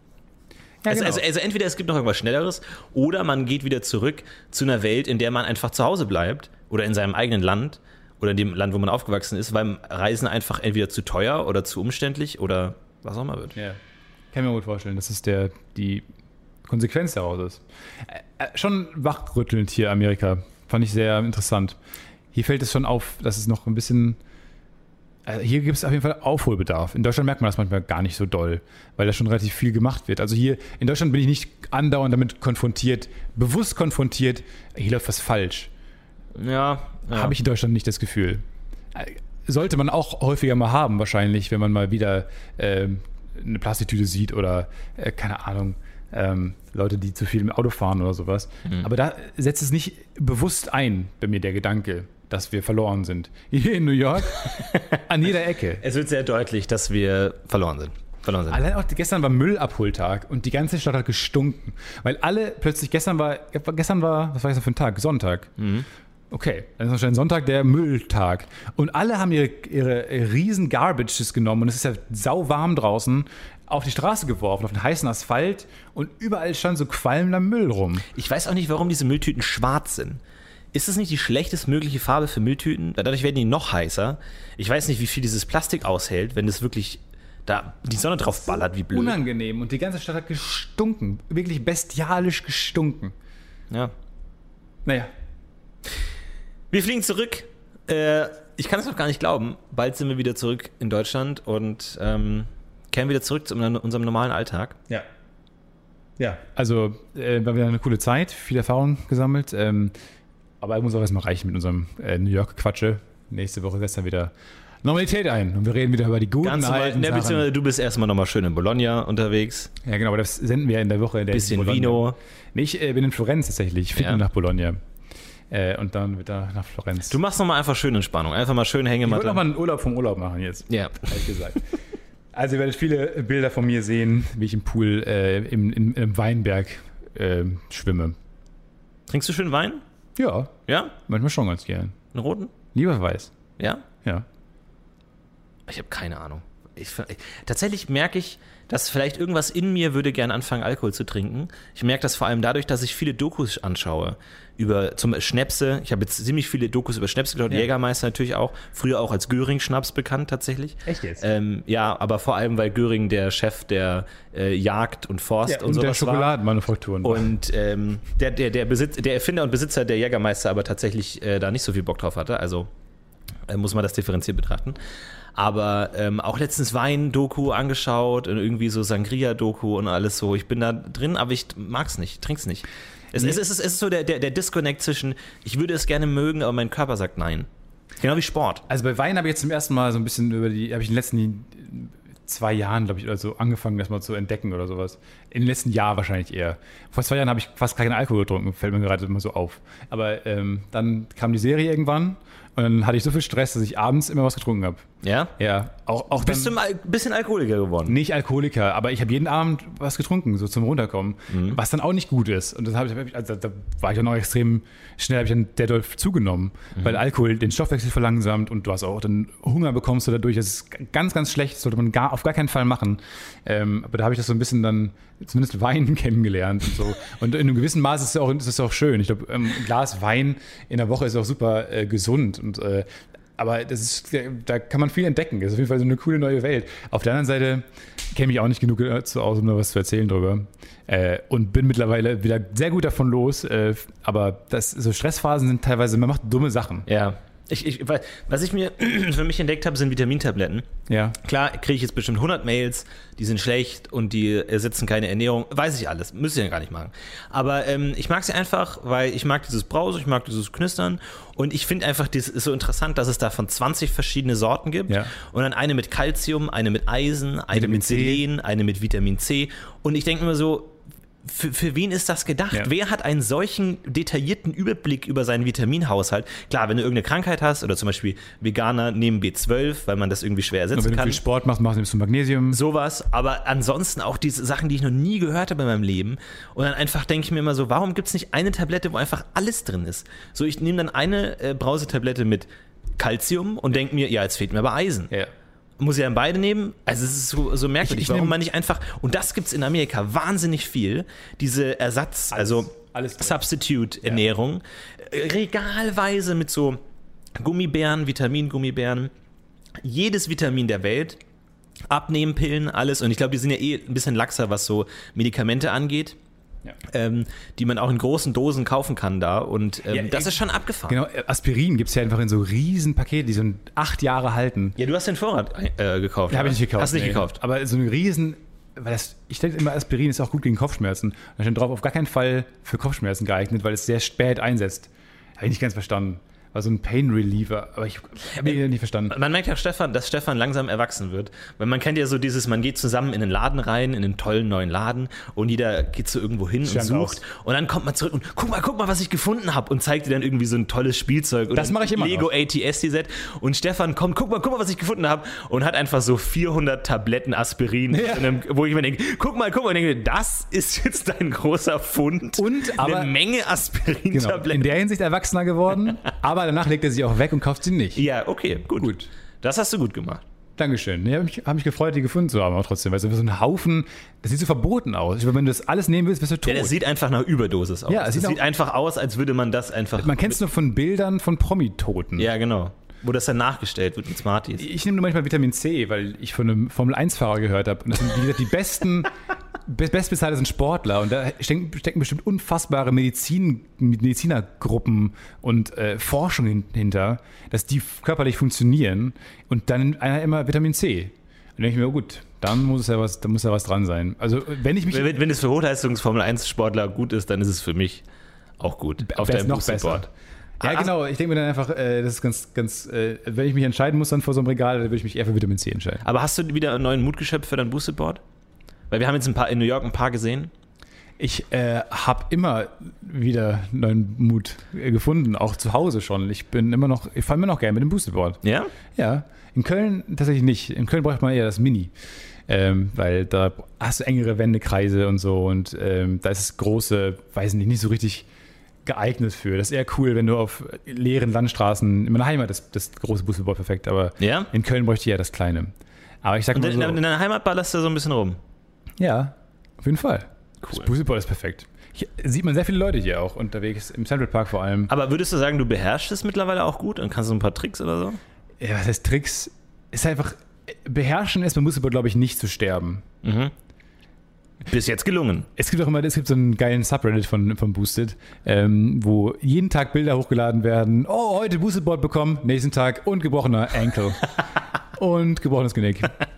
also, genau. also, also entweder es gibt noch irgendwas Schnelleres oder man geht wieder zurück zu einer Welt, in der man einfach zu Hause bleibt oder in seinem eigenen Land oder in dem Land, wo man aufgewachsen ist, weil Reisen einfach entweder zu teuer oder zu umständlich oder was auch immer wird. Ja, kann ich mir gut vorstellen, dass es der, die Konsequenz daraus ist. Äh, äh, schon wachrüttelnd hier Amerika. Fand ich sehr interessant. Hier fällt es schon auf, dass es noch ein bisschen... Also hier gibt es auf jeden Fall Aufholbedarf. In Deutschland merkt man das manchmal gar nicht so doll, weil da schon relativ viel gemacht wird. Also hier in Deutschland bin ich nicht andauernd damit konfrontiert, bewusst konfrontiert, hier läuft was falsch. Ja, ja. Habe ich in Deutschland nicht das Gefühl. Sollte man auch häufiger mal haben, wahrscheinlich, wenn man mal wieder ähm, eine Plastiktüte sieht oder, äh, keine Ahnung, ähm, Leute, die zu viel im Auto fahren oder sowas. Mhm. Aber da setzt es nicht bewusst ein, bei mir der Gedanke, dass wir verloren sind. Hier in New York, an jeder Ecke. Es wird sehr deutlich, dass wir verloren sind. Verloren sind. Allein auch gestern war Müllabholtag und die ganze Stadt hat gestunken. Weil alle plötzlich, gestern war, gestern war, was war das für ein Tag? Sonntag. Mhm. Okay, dann ist wahrscheinlich Sonntag der Mülltag. Und alle haben ihre, ihre riesen Garbages genommen und es ist ja sauwarm draußen, auf die Straße geworfen, auf den heißen Asphalt und überall stand so qualmender Müll rum. Ich weiß auch nicht, warum diese Mülltüten schwarz sind. Ist das nicht die schlechtestmögliche Farbe für Mülltüten? Dadurch werden die noch heißer. Ich weiß nicht, wie viel dieses Plastik aushält, wenn das wirklich da die Sonne drauf ballert, wie blöd. Unangenehm und die ganze Stadt hat gestunken. Wirklich bestialisch gestunken. Ja. Naja. Wir fliegen zurück. Äh, ich kann es noch gar nicht glauben. Bald sind wir wieder zurück in Deutschland und ähm, kehren wieder zurück zu unserem normalen Alltag. Ja. Ja. Also äh, war wieder eine coole Zeit, viel Erfahrung gesammelt. Ähm, aber muss auch erstmal reichen mit unserem äh, New York-Quatsche. Nächste Woche setzt dann wieder Normalität ein und wir reden wieder über die guten Ganz normal, alten ne, Sachen. beziehungsweise du bist erstmal nochmal schön in Bologna unterwegs. Ja, genau, aber das senden wir in der Woche. In der Bisschen Bologna. Vino. Nee, ich äh, bin in Florenz tatsächlich. Ich fliege Ja. nach Bologna. Äh, und dann wieder nach Florenz. Du machst nochmal einfach schön Entspannung. Einfach mal schön ich Hängematte. wollte nochmal einen Urlaub vom Urlaub machen jetzt. Ja. Ehrlich gesagt. Also ihr werdet viele Bilder von mir sehen, wie ich im Pool äh, im, im, im Weinberg äh, schwimme. Trinkst du schön Wein? Ja, Ja? manchmal schon ganz gern. Einen roten? Lieber weiß. Ja? Ja. Ich habe keine Ahnung. Ich, ich, tatsächlich merke ich, dass vielleicht irgendwas in mir würde gerne anfangen, Alkohol zu trinken. Ich merke das vor allem dadurch, dass ich viele Dokus anschaue. Über zum Schnäpse. Ich habe jetzt ziemlich viele Dokus über Schnäpse geschaut. Ja. Jägermeister natürlich auch. Früher auch als Göring-Schnaps bekannt tatsächlich. Echt jetzt? Ähm, ja, aber vor allem, weil Göring der Chef der äh, Jagd und Forst Ja, und, und der sowas war. Schokoladenmanufakturen. Und ähm, der, der, der, Besitz, der Erfinder und Besitzer der Jägermeister aber tatsächlich äh, da nicht so viel Bock drauf hatte. Also äh, muss man das differenziert betrachten. Aber ähm, auch letztens Wein-Doku angeschaut und irgendwie so Sangria-Doku und alles so. Ich bin da drin, aber ich mag's nicht, trink's nicht. Es, Nee. es, es, ist, es ist so der, der, der Disconnect zwischen, ich würde es gerne mögen, aber mein Körper sagt nein. Genau wie Sport. Also bei Wein habe ich jetzt zum ersten Mal so ein bisschen über die, habe ich in den letzten zwei Jahren, glaube ich, oder so angefangen, das mal zu entdecken oder sowas. In den letzten Jahr wahrscheinlich eher. Vor zwei Jahren habe ich fast keinen Alkohol getrunken, fällt mir gerade immer so auf. Aber ähm, dann kam die Serie irgendwann und dann hatte ich so viel Stress, dass ich abends immer was getrunken habe. Ja? Ja, auch, auch Bist du dann, ein bisschen Alkoholiker geworden? nicht Alkoholiker, aber ich habe jeden Abend was getrunken, so zum Runterkommen, Mhm. was dann auch nicht gut ist. Und das hab ich, also da war ich dann auch extrem schnell, habe ich dann der doll zugenommen, Mhm. weil Alkohol den Stoffwechsel verlangsamt und du hast auch dann Hunger bekommst du dadurch. Das ist ganz, ganz schlecht, das sollte man gar, auf gar keinen Fall machen. Ähm, aber da habe ich das so ein bisschen dann, zumindest Wein kennengelernt und so. Und in einem gewissen Maß ist es auch, ist es auch schön. Ich glaube, ein Glas Wein in der Woche ist auch super äh, gesund und äh, aber das ist, da kann man viel entdecken. Das ist auf jeden Fall so eine coole neue Welt. Auf der anderen Seite kenne ich mich auch nicht genug dazu aus, um da was zu erzählen drüber. Äh, und bin mittlerweile wieder sehr gut davon los. Äh, aber das, so Stressphasen sind teilweise, man macht dumme Sachen. Ja. Ich, ich, was ich mir für mich entdeckt habe, sind Vitamintabletten. Ja. Klar, kriege ich jetzt bestimmt hundert Mails, die sind schlecht und die ersetzen keine Ernährung. Weiß ich alles, müsst ihr ja gar nicht machen. Aber ähm, ich mag sie einfach, weil ich mag dieses Brause, ich mag dieses Knistern und ich finde einfach, das ist so interessant, dass es davon zwanzig verschiedene Sorten gibt. Ja. Und dann eine mit Calcium, eine mit Eisen, eine Vitamin mit Selen, eine mit Vitamin C. Und ich denke mir so, Für, für wen ist das gedacht? Ja. Wer hat einen solchen detaillierten Überblick über seinen Vitaminhaushalt? Klar, wenn du irgendeine Krankheit hast oder zum Beispiel Veganer nehmen B zwölf, weil man das irgendwie schwer ersetzen Und wenn du kann. viel Sport machst, machst du Magnesium. Sowas, aber ansonsten auch diese Sachen, die ich noch nie gehört habe in meinem Leben. Und dann einfach denke ich mir immer so, warum gibt es nicht eine Tablette, wo einfach alles drin ist? So, ich nehme dann eine äh, Brausetablette mit Calcium und denke mir, ja, jetzt fehlt mir aber Eisen. Ja. Muss ich dann beide nehmen? Also es ist so, so merkwürdig, Ich- ich warum nehm- man nicht einfach, und das gibt es in Amerika wahnsinnig viel, diese Ersatz, also alles drin. Substitute-Ernährung, äh, regalweise mit so Gummibären, Vitamingummibären, jedes Vitamin der Welt, Abnehmpillen, alles, und ich glaube, die sind ja eh ein bisschen laxer, was so Medikamente angeht. Ja. Ähm, die man auch in großen Dosen kaufen kann da und ähm, Ja, das äh, ist schon abgefahren. Genau, äh, Aspirin gibt es ja einfach in so riesen Paketen, die so acht Jahre halten. Ja, du hast den Vorrat äh, gekauft. Ja, habe ich nicht gekauft. Hast du nicht nee. gekauft. Aber so eine riesen, weil das, ich denke immer, Aspirin ist auch gut gegen Kopfschmerzen. Da steht drauf, auf gar keinen Fall für Kopfschmerzen geeignet, weil es sehr spät einsetzt. Habe ich nicht ganz verstanden. War so ein Pain Reliever, aber ich habe ihn nicht verstanden. Man merkt ja, Stefan, dass Stefan langsam erwachsen wird. Weil man kennt ja so dieses, man geht zusammen in einen Laden rein, in einen tollen neuen Laden und jeder geht so irgendwo hin und Stand sucht. aus. Und dann kommt man zurück und guck mal, guck mal, was ich gefunden habe und zeigt dir dann irgendwie so ein tolles Spielzeug. Oder Das mache ich immer ein Lego noch. A T S-Set. Und Stefan kommt, guck mal, guck mal, was ich gefunden habe und hat einfach so vierhundert Tabletten Aspirin, Ja. in einem, wo ich mir denke, guck mal, guck mal, und denke, das ist jetzt dein großer Fund. Und, aber- eine Menge Genau, Aspirin-Tabletten. in der Hinsicht erwachsener geworden, aber danach legt er sich auch weg und kauft sie nicht. Ja, okay, gut. Gut. Das hast du gut gemacht. Dankeschön. Ich habe mich, hab mich gefreut, die gefunden zu haben, aber trotzdem, weil es so ein Haufen, das sieht so verboten aus. Ich meine, wenn du das alles nehmen willst, wirst du tot. Ja, das sieht einfach nach Überdosis aus. Ja, es es sieht sieht, auch- einfach aus, als würde man das einfach. Man kennt es nur von Bildern von Promi-Toten. Ja, genau. Wo das dann nachgestellt wird mit Smarties. Ich nehme nur manchmal Vitamin C, weil ich von einem Formel eins Fahrer gehört habe. Und das sind wie gesagt, die besten, be- bestbezahlten sind Sportler. Und da stecken, stecken bestimmt unfassbare Medizin, Medizinergruppen und äh, Forschung hin, hinter, dass die körperlich funktionieren. Und dann nimmt einer immer Vitamin C. Dann denke ich mir, oh gut, dann muss es ja was, dann muss ja was dran sein. Also wenn ich mich Wenn, wenn es für Hochleistungs-Formel eins Sportler gut ist, dann ist es für mich auch gut. Auf Best- deinem noch Boosteboard. Ja, Ah, genau. Ich denke mir dann einfach, äh, das ist ganz, ganz, äh, wenn ich mich entscheiden muss dann vor so einem Regal, dann würde ich mich eher für Vitamin C entscheiden. Aber hast du wieder einen neuen Mut geschöpft für dein Boosteboard? Weil wir haben jetzt ein paar in New York ein paar gesehen. Ich äh, habe immer wieder neuen Mut äh, gefunden, auch zu Hause schon. Ich bin immer noch, ich fahre immer noch gerne mit dem Boosteboard. Ja? Ja, in Köln tatsächlich nicht. In Köln braucht man eher das Mini, ähm, weil da hast du engere Wendekreise und so und ähm, da ist das große, weiß nicht, nicht so richtig geeignet für. Das ist eher cool, wenn du auf leeren Landstraßen, in meiner Heimat ist das große Boosteboard perfekt, aber Ja? in Köln bräuchte ich eher das kleine. Aber ich sag Und mal in, so, in deiner Heimat ballerst du so ein bisschen rum. ja, auf jeden Fall. Cool. Das Boosteboard ist perfekt. Hier sieht man sehr viele Leute hier auch unterwegs, im Central Park vor allem. Aber würdest du sagen, du beherrschst es mittlerweile auch gut und kannst so ein paar Tricks oder so? Ja, was heißt Tricks? Ist einfach, beherrschen ist beim Boosteboard, glaube ich, nicht zu sterben. Mhm. Bis jetzt gelungen. Es gibt auch immer, es gibt so einen geilen Subreddit von, von Boosted, ähm, wo jeden Tag Bilder hochgeladen werden. Oh, heute Boostedboard bekommen, nächsten Tag und gebrochener Ankle. Und gebrochenes Genick.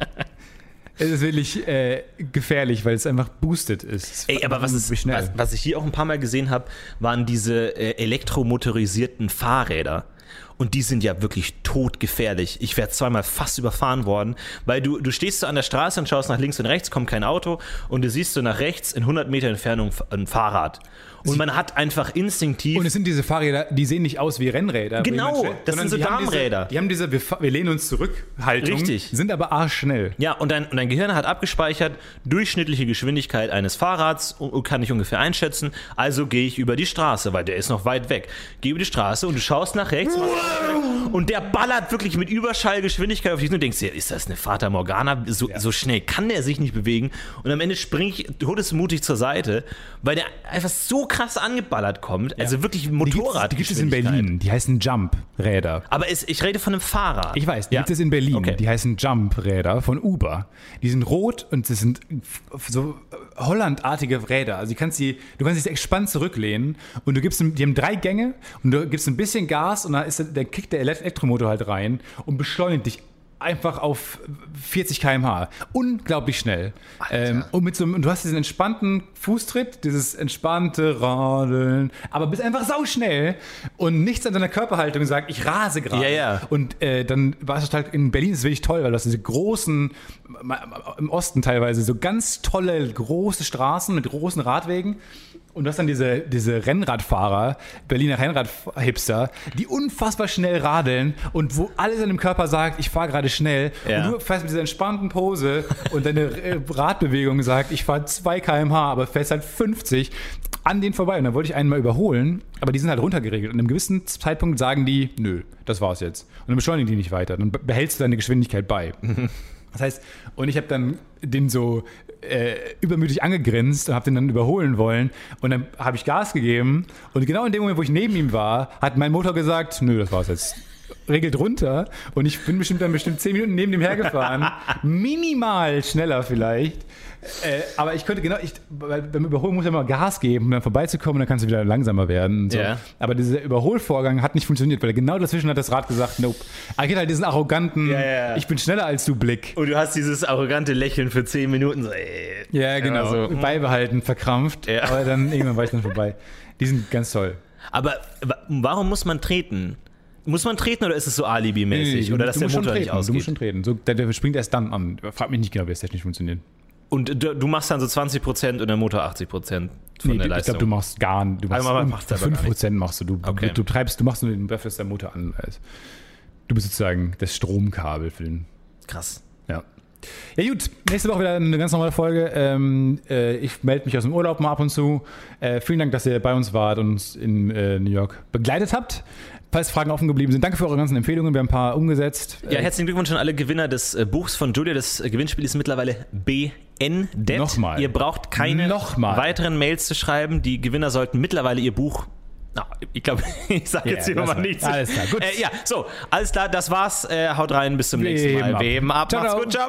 Es ist wirklich äh, gefährlich, weil es einfach boosted ist. Es Ey, aber was, ist, wie schnell. was, was ich hier auch ein paar Mal gesehen habe, waren diese äh, elektromotorisierten Fahrräder. Und die sind ja wirklich todgefährlich. Ich wäre zweimal fast überfahren worden, weil du, du stehst so an der Straße und schaust nach links und rechts, kommt kein Auto und du siehst so nach rechts in hundert Meter Entfernung ein Fahrrad. Und man hat einfach instinktiv... Und es sind diese Fahrräder, die sehen nicht aus wie Rennräder. wo Genau, jemand steht, das sondern sind so die haben Darmräder. Diese, die haben diese, wir, fa- wir lehnen uns zurück Haltung. Richtig. Sind aber arschschnell. Ja, und dein, und dein Gehirn hat abgespeichert, durchschnittliche Geschwindigkeit eines Fahrrads und, kann ich ungefähr einschätzen, also gehe ich über die Straße, weil der ist noch weit weg. Geh über die Straße und du schaust nach rechts und der ballert wirklich mit Überschallgeschwindigkeit auf dich und du denkst dir, ist das eine Fata Morgana? So, Ja. so schnell kann der sich nicht bewegen und am Ende springe ich todesmutig zur Seite, weil der einfach so krass angeballert kommt, also wirklich Motorrad. Die gibt es in Berlin. Die heißen Jump-Räder. Aber es, ich rede von einem Fahrrad. Ich weiß, die Ja. gibt es in Berlin. Okay. Die heißen Jump-Räder von Uber. Die sind rot und das sind f- so Hollandartige Räder. Also die kannst die, du kannst dich entspannt zurücklehnen und du gibst, die haben drei Gänge und du gibst ein bisschen Gas und dann einmal ist der, der kickt der Elektromotor halt rein und beschleunigt dich einfach auf vierzig Kilometer pro Stunde. Unglaublich schnell. Ähm, und, mit so, und du hast diesen entspannten Fußtritt, dieses entspannte Radeln, aber bist einfach sauschnell und nichts an deiner Körperhaltung sagt, ich rase gerade. Ja, ja. Und äh, dann war es total, in Berlin ist es wirklich toll, weil du hast diese großen, im Osten teilweise, so ganz tolle, große Straßen mit großen Radwegen. Und du hast dann diese, diese Rennradfahrer, Berliner Rennrad-Hipster, die unfassbar schnell radeln und wo alles in dem Körper sagt, ich fahre gerade schnell. Ja. Und du fährst mit dieser entspannten Pose und deine Radbewegung sagt, ich fahre zwei Kilometer pro Stunde, aber fährst halt fünfzig an denen vorbei. Und dann wollte ich einen mal überholen, aber die sind halt runtergeregelt. Und an einem gewissen Zeitpunkt sagen die, nö, das war's jetzt. Und dann beschleunigen die nicht weiter. Dann behältst du deine Geschwindigkeit bei. Mhm. Das heißt, und ich habe dann den so äh, übermütig angegrinst und habe den dann überholen wollen. Und dann habe ich Gas gegeben. Und genau in dem Moment, wo ich neben ihm war, hat mein Motor gesagt, nö, das war's jetzt. Regelt runter. Und ich bin bestimmt dann bestimmt zehn Minuten neben dem hergefahren. Minimal schneller vielleicht. Äh, aber ich könnte genau, ich, weil beim Überholen muss ja immer Gas geben, um dann vorbeizukommen, dann kannst du wieder langsamer werden. So. Yeah. Aber dieser Überholvorgang hat nicht funktioniert, weil genau dazwischen hat das Rad gesagt, nope. Er geht halt diesen arroganten, yeah, yeah. ich bin schneller als du Blick. Und du hast dieses arrogante Lächeln für zehn Minuten so, ey. Ja, genau. So, beibehalten, verkrampft. Ja. Aber dann irgendwann war ich dann vorbei. Die sind ganz toll. Aber warum muss man treten? Muss man treten oder ist es so Alibi-mäßig? Nee, nee, oder dass der Motor nicht ausgeht? Du musst schon treten. So, der, der springt erst dann an. Frag mich nicht genau, wie es technisch funktioniert. Und du, du machst dann so zwanzig Prozent und der Motor achtzig Prozent von nee, der du, Leistung? Ich glaube, du machst gar nicht. Du machst, also machst fünf Prozent machst du. Du, okay. du. du treibst, du machst nur den Buffer, dass der Motor an ist. Du bist sozusagen das Stromkabel für den... Krass. Ja. Ja gut, nächste Woche wieder eine ganz normale Folge. Ähm, äh, ich melde mich aus dem Urlaub mal ab und zu. Äh, vielen Dank, dass ihr bei uns wart und uns in äh, New York begleitet habt. Falls Fragen offen geblieben sind, danke für eure ganzen Empfehlungen. Wir haben ein paar umgesetzt. Ja, herzlichen Glückwunsch an alle Gewinner des äh, Buchs von Julia. Das äh, Gewinnspiel ist mittlerweile beendet. Nochmal. Ihr braucht keine Nochmal. weiteren Mails zu schreiben. Die Gewinner sollten mittlerweile ihr Buch... No, ich glaube, ich sage jetzt yeah, hier nochmal nichts. Alles klar, gut. Äh, ja, so, alles klar, das war's. Äh, haut rein, bis zum Weben nächsten Mal. Ab. Weben ab. Ciao, macht's gut, ciao.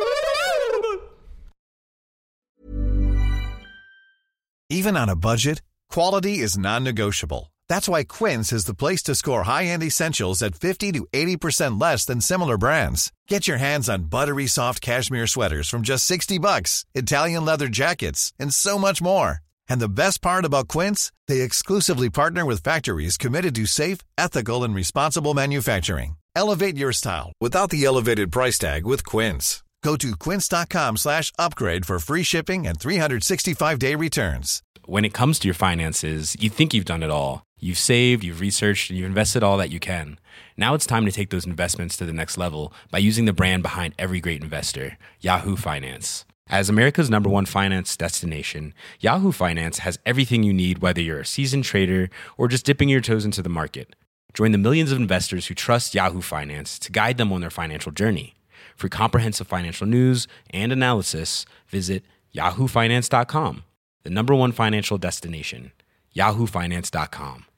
Even on a budget, quality is non-negotiable. That's why Quince is the place to score high-end essentials at fifty to eighty percent less than similar brands. Get your hands on buttery soft cashmere sweaters from just sixty bucks, Italian leather jackets, and so much more. And the best part about Quince, they exclusively partner with factories committed to safe, ethical, and responsible manufacturing. Elevate your style without the elevated price tag with Quince. Go to quince.com slash upgrade for free shipping and three sixty-five day returns. When it comes to your finances, you think you've done it all. You've saved, you've researched, and you've invested all that you can. Now it's time to take those investments to the next level by using the brand behind every great investor, Yahoo Finance. As America's number one finance destination, Yahoo Finance has everything you need, whether you're a seasoned trader or just dipping your toes into the market. Join the millions of investors who trust Yahoo Finance to guide them on their financial journey. For comprehensive financial news and analysis, visit yahoo finance dot com, the number one financial destination, yahoo finance dot com.